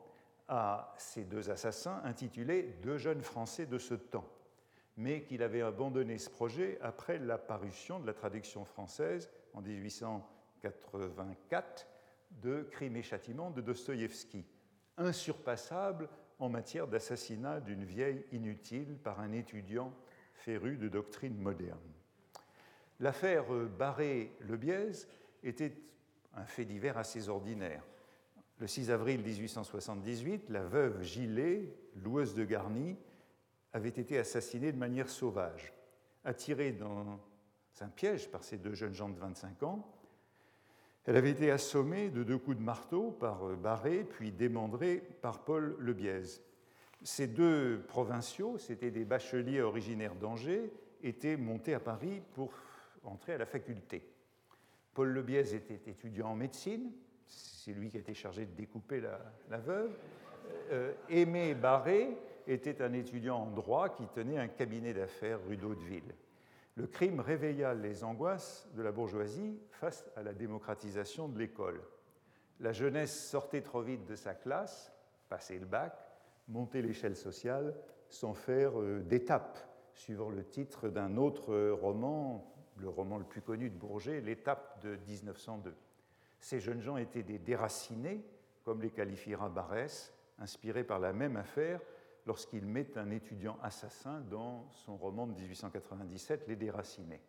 à ces deux assassins intitulé « Deux jeunes Français de ce temps », mais qu'il avait abandonné ce projet après la parution de la traduction française en dix-huit cent quatre-vingt-quatre de Crimes et châtiments de Dostoïevski, insurpassable en matière d'assassinat d'une vieille inutile par un étudiant féru de doctrine moderne. L'affaire Barré-Lebiez était un fait divers assez ordinaire. Le six avril mille huit cent soixante-dix-huit, la veuve Gillet, loueuse de Garni, avait été assassinée de manière sauvage. Attirée dans un piège par ces deux jeunes gens de vingt-cinq ans, elle avait été assommée de deux coups de marteau par Barré, puis démembrée par Paul Lebiez. Ces deux provinciaux, c'étaient des bacheliers originaires d'Angers, étaient montés à Paris pour entrer à la faculté. Paul Lebiez était étudiant en médecine, c'est lui qui a été chargé de découper la, la veuve. Euh, Aimé Barré était un étudiant en droit qui tenait un cabinet d'affaires rue d'Hauteville. Le crime réveilla les angoisses de la bourgeoisie face à la démocratisation de l'école. La jeunesse sortait trop vite de sa classe, passait le bac, montait l'échelle sociale sans faire euh, d'étape, suivant le titre d'un autre roman, le roman le plus connu de Bourget, L'étape de mille neuf cent deux. Ces jeunes gens étaient des déracinés, comme les qualifiera Barrès, inspiré par la même affaire lorsqu'il met un étudiant assassin dans son roman de mille huit cent quatre-vingt-dix-sept, Les Déracinés.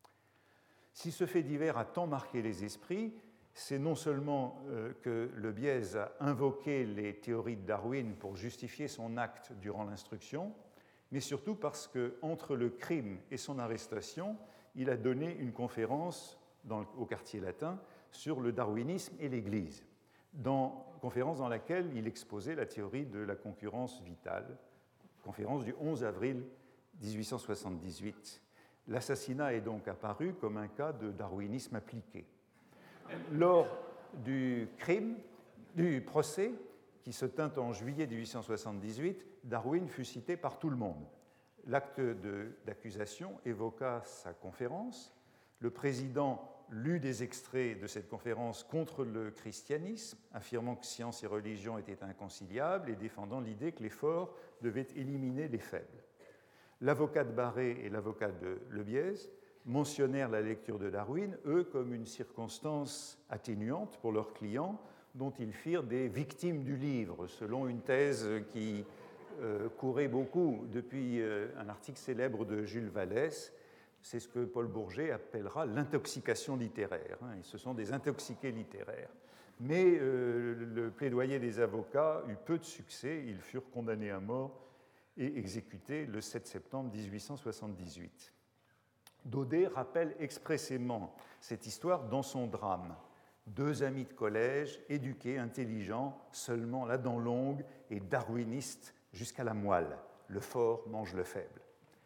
Si ce fait divers a tant marqué les esprits, c'est non seulement euh, que Lebiez a invoqué les théories de Darwin pour justifier son acte durant l'instruction, mais surtout parce qu'entre le crime et son arrestation, il a donné une conférence dans, au quartier latin sur le darwinisme et l'Église, dans, conférence dans laquelle il exposait la théorie de la concurrence vitale, conférence du onze avril mille huit cent soixante-dix-huit. L'assassinat est donc apparu comme un cas de darwinisme appliqué. Lors du crime, du procès, qui se tint en juillet mille huit cent soixante-dix-huit, Darwin fut cité par tout le monde. L'acte d'accusation évoqua sa conférence. Le président lut des extraits de cette conférence contre le christianisme, affirmant que science et religion étaient inconciliables et défendant l'idée que les forts devaient éliminer les faibles. L'avocat de Barré et l'avocat de Lebiez mentionnèrent la lecture de Darwin, eux, comme une circonstance atténuante pour leurs clients, dont ils firent des victimes du livre, selon une thèse qui euh, courait beaucoup depuis euh, un article célèbre de Jules Vallès. C'est ce que Paul Bourget appellera l'intoxication littéraire. Hein, et ce sont des intoxiqués littéraires. Mais euh, le plaidoyer des avocats eut peu de succès. Ils furent condamnés à mort et exécutés le sept septembre mille huit cent soixante-dix-huit. Daudet rappelle expressément cette histoire dans son drame. Deux amis de collège, éduqués, intelligents, seulement la dent longue et darwinistes jusqu'à la moelle. Le fort mange le faible.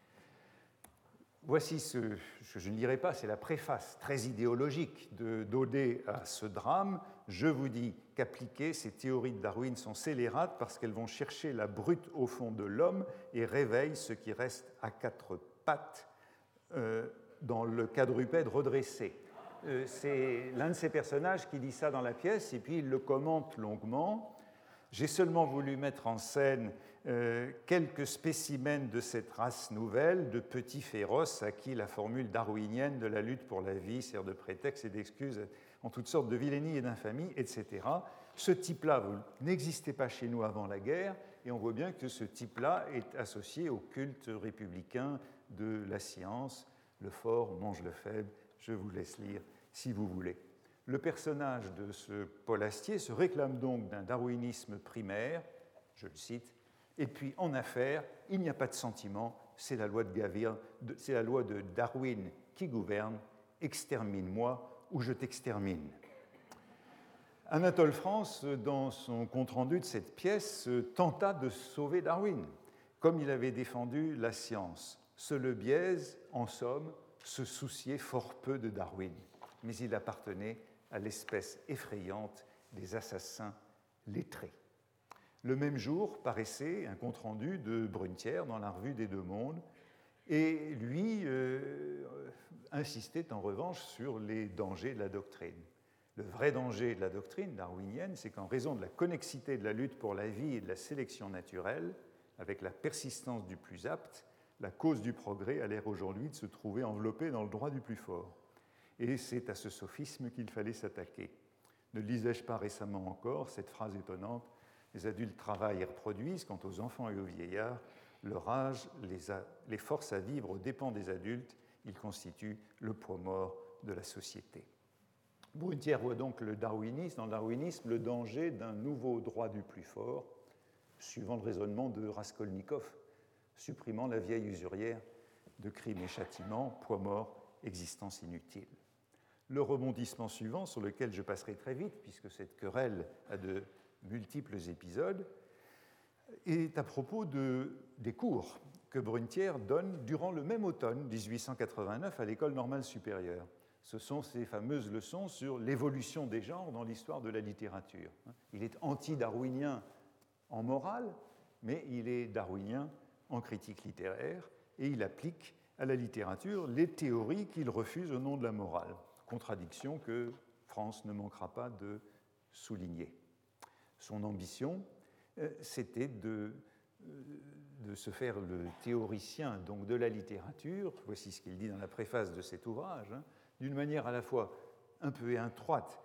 Voici ce que je ne lirai pas, c'est la préface très idéologique de Daudet à ce drame. Je vous dis qu'appliquer ces théories de Darwin sont scélérates parce qu'elles vont chercher la brute au fond de l'homme et réveillent ce qui reste à quatre pattes euh, dans le quadrupède redressé. Euh, c'est l'un de ces personnages qui dit ça dans la pièce et puis il le commente longuement. J'ai seulement voulu mettre en scène euh, quelques spécimens de cette race nouvelle, de petits féroces à qui la formule darwinienne de la lutte pour la vie sert de prétexte et d'excuse en toutes sortes de vilainies et d'infamies, et cetera. Ce type-là n'existait pas chez nous avant la guerre, et on voit bien que ce type-là est associé au culte républicain de la science. Le fort mange le faible. Je vous laisse lire si vous voulez. Le personnage de ce Paul Astier se réclame donc d'un darwinisme primaire, je le cite, et puis en affaires, il n'y a pas de sentiment, c'est la loi de Gavir, c'est la loi de Darwin qui gouverne, extermine-moi ou je t'extermine. Anatole France, dans son compte-rendu de cette pièce, tenta de sauver Darwin, comme il avait défendu la science. Ce Lebiez, en somme, se souciait fort peu de Darwin, mais il appartenait à l'espèce effrayante des assassins lettrés. Le même jour paraissait un compte-rendu de Brunetière dans la revue des Deux Mondes, et lui euh, insistait en revanche sur les dangers de la doctrine. Le vrai danger de la doctrine darwinienne, c'est qu'en raison de la connexité de la lutte pour la vie et de la sélection naturelle, avec la persistance du plus apte, la cause du progrès a l'air aujourd'hui de se trouver enveloppée dans le droit du plus fort. Et c'est à ce sophisme qu'il fallait s'attaquer. Ne lisais-je pas récemment encore cette phrase étonnante : les adultes travaillent et reproduisent, quant aux enfants et aux vieillards, leur âge les, a, les force à vivre aux dépens des adultes il constitue le poids mort de la société. Brunetière voit donc le darwinisme, dans le darwinisme le danger d'un nouveau droit du plus fort, suivant le raisonnement de Raskolnikov, supprimant la vieille usurière de crime et châtiment, poids mort, existence inutile. Le rebondissement suivant, sur lequel je passerai très vite, puisque cette querelle a de multiples épisodes, est à propos de, des cours que Brunetière donne durant le même automne dix-huit cent quatre-vingt-neuf à l'École normale supérieure. Ce sont ces fameuses leçons sur l'évolution des genres dans l'histoire de la littérature. Il est anti-darwinien en morale, mais il est darwinien en critique littéraire, et il applique à la littérature les théories qu'il refuse au nom de la morale, contradiction que France ne manquera pas de souligner. Son ambition, c'était de, de se faire le théoricien donc, de la littérature, voici ce qu'il dit dans la préface de cet ouvrage, hein, d'une manière à la fois un peu étroite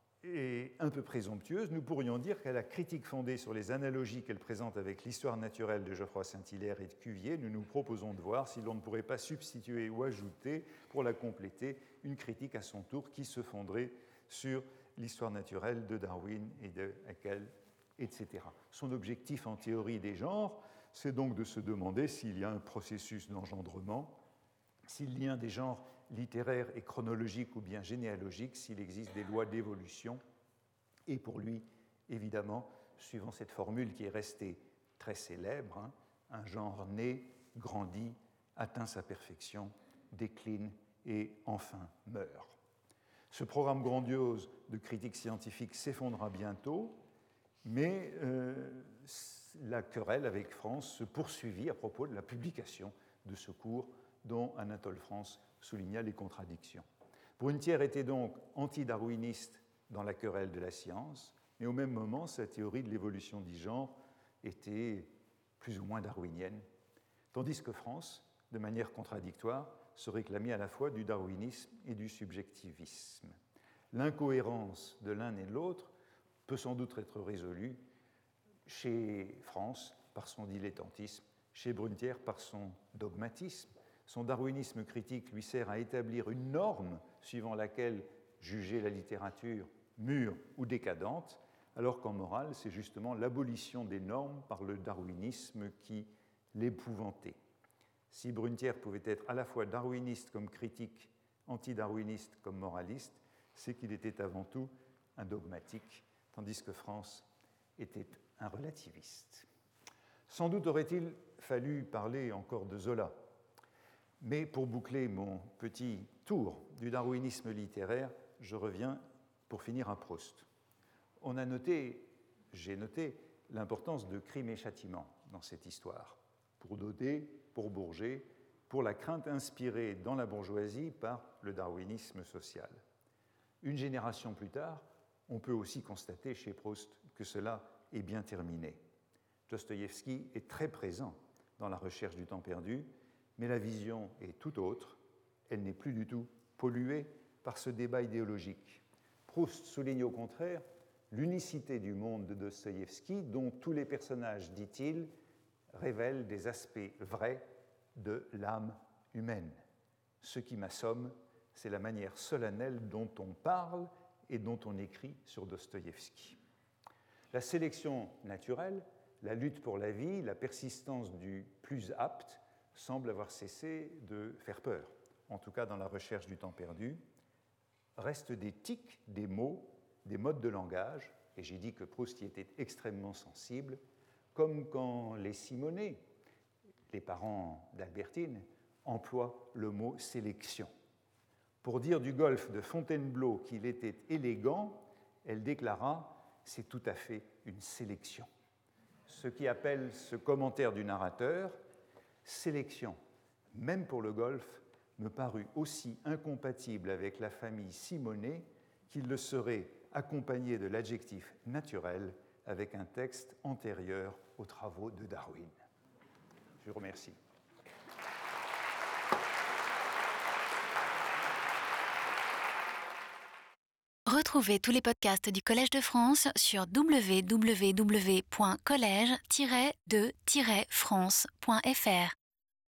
et un peu présomptueuse, nous pourrions dire qu'à la critique fondée sur les analogies qu'elle présente avec l'histoire naturelle de Geoffroy Saint-Hilaire et de Cuvier, nous nous proposons de voir si l'on ne pourrait pas substituer ou ajouter, pour la compléter, une critique à son tour qui se fonderait sur l'histoire naturelle de Darwin et de Haeckel, et cetera. Son objectif en théorie des genres, c'est donc de se demander s'il y a un processus d'engendrement, s'il y a des genres littéraires et chronologiques ou bien généalogiques, s'il existe des lois d'évolution. Et pour lui, évidemment, suivant cette formule qui est restée très célèbre, hein, un genre naît, grandit, atteint sa perfection, décline et enfin meurt. Ce programme grandiose de critique scientifique s'effondrera bientôt, mais euh, la querelle avec France se poursuivit à propos de la publication de ce cours dont Anatole France souligna les contradictions. Brunetière était donc anti-darwiniste dans la querelle de la science, mais au même moment, sa théorie de l'évolution du genre était plus ou moins darwinienne, tandis que France, de manière contradictoire, se réclamait à la fois du darwinisme et du subjectivisme. L'incohérence de l'un et de l'autre peut sans doute être résolue chez France par son dilettantisme, chez Brunetière par son dogmatisme. Son darwinisme critique lui sert à établir une norme suivant laquelle juger la littérature mûre ou décadente, alors qu'en morale, c'est justement l'abolition des normes par le darwinisme qui l'épouvantait. Si Brunetière pouvait être à la fois darwiniste comme critique, anti-darwiniste comme moraliste, c'est qu'il était avant tout un dogmatique, tandis que France était un relativiste. Sans doute aurait-il fallu parler encore de Zola, mais pour boucler mon petit tour du darwinisme littéraire, je reviens pour finir à Proust. On a noté, j'ai noté, l'importance de Crime et Châtiment dans cette histoire, pour Daudet, pour Bourget, pour la crainte inspirée dans la bourgeoisie par le darwinisme social. Une génération plus tard, on peut aussi constater chez Proust que cela est bien terminé. Dostoïevski est très présent dans La Recherche du temps perdu, mais la vision est tout autre, elle n'est plus du tout polluée par ce débat idéologique. Proust souligne au contraire l'unicité du monde de Dostoïevski, dont tous les personnages, dit-il, révèlent des aspects vrais de l'âme humaine. Ce qui m'assomme, c'est la manière solennelle dont on parle et dont on écrit sur Dostoïevski. La sélection naturelle, la lutte pour la vie, la persistance du plus apte semblent avoir cessé de faire peur, en tout cas dans La Recherche du temps perdu. Restent des tics, des mots, des modes de langage, et j'ai dit que Proust y était extrêmement sensible, comme quand les Simonet, les parents d'Albertine, emploient le mot « sélection ». Pour dire du golfe de Fontainebleau qu'il était élégant, elle déclara « c'est tout à fait une sélection ». Ce qui appelle ce commentaire du narrateur « sélection », même pour le golfe, me parut aussi incompatible avec la famille Simonet qu'il le serait accompagné de l'adjectif naturel avec un texte antérieur aux travaux de Darwin. Je vous remercie. Retrouvez tous les podcasts du Collège de France sur w w w point collège tiret de tiret france point f r.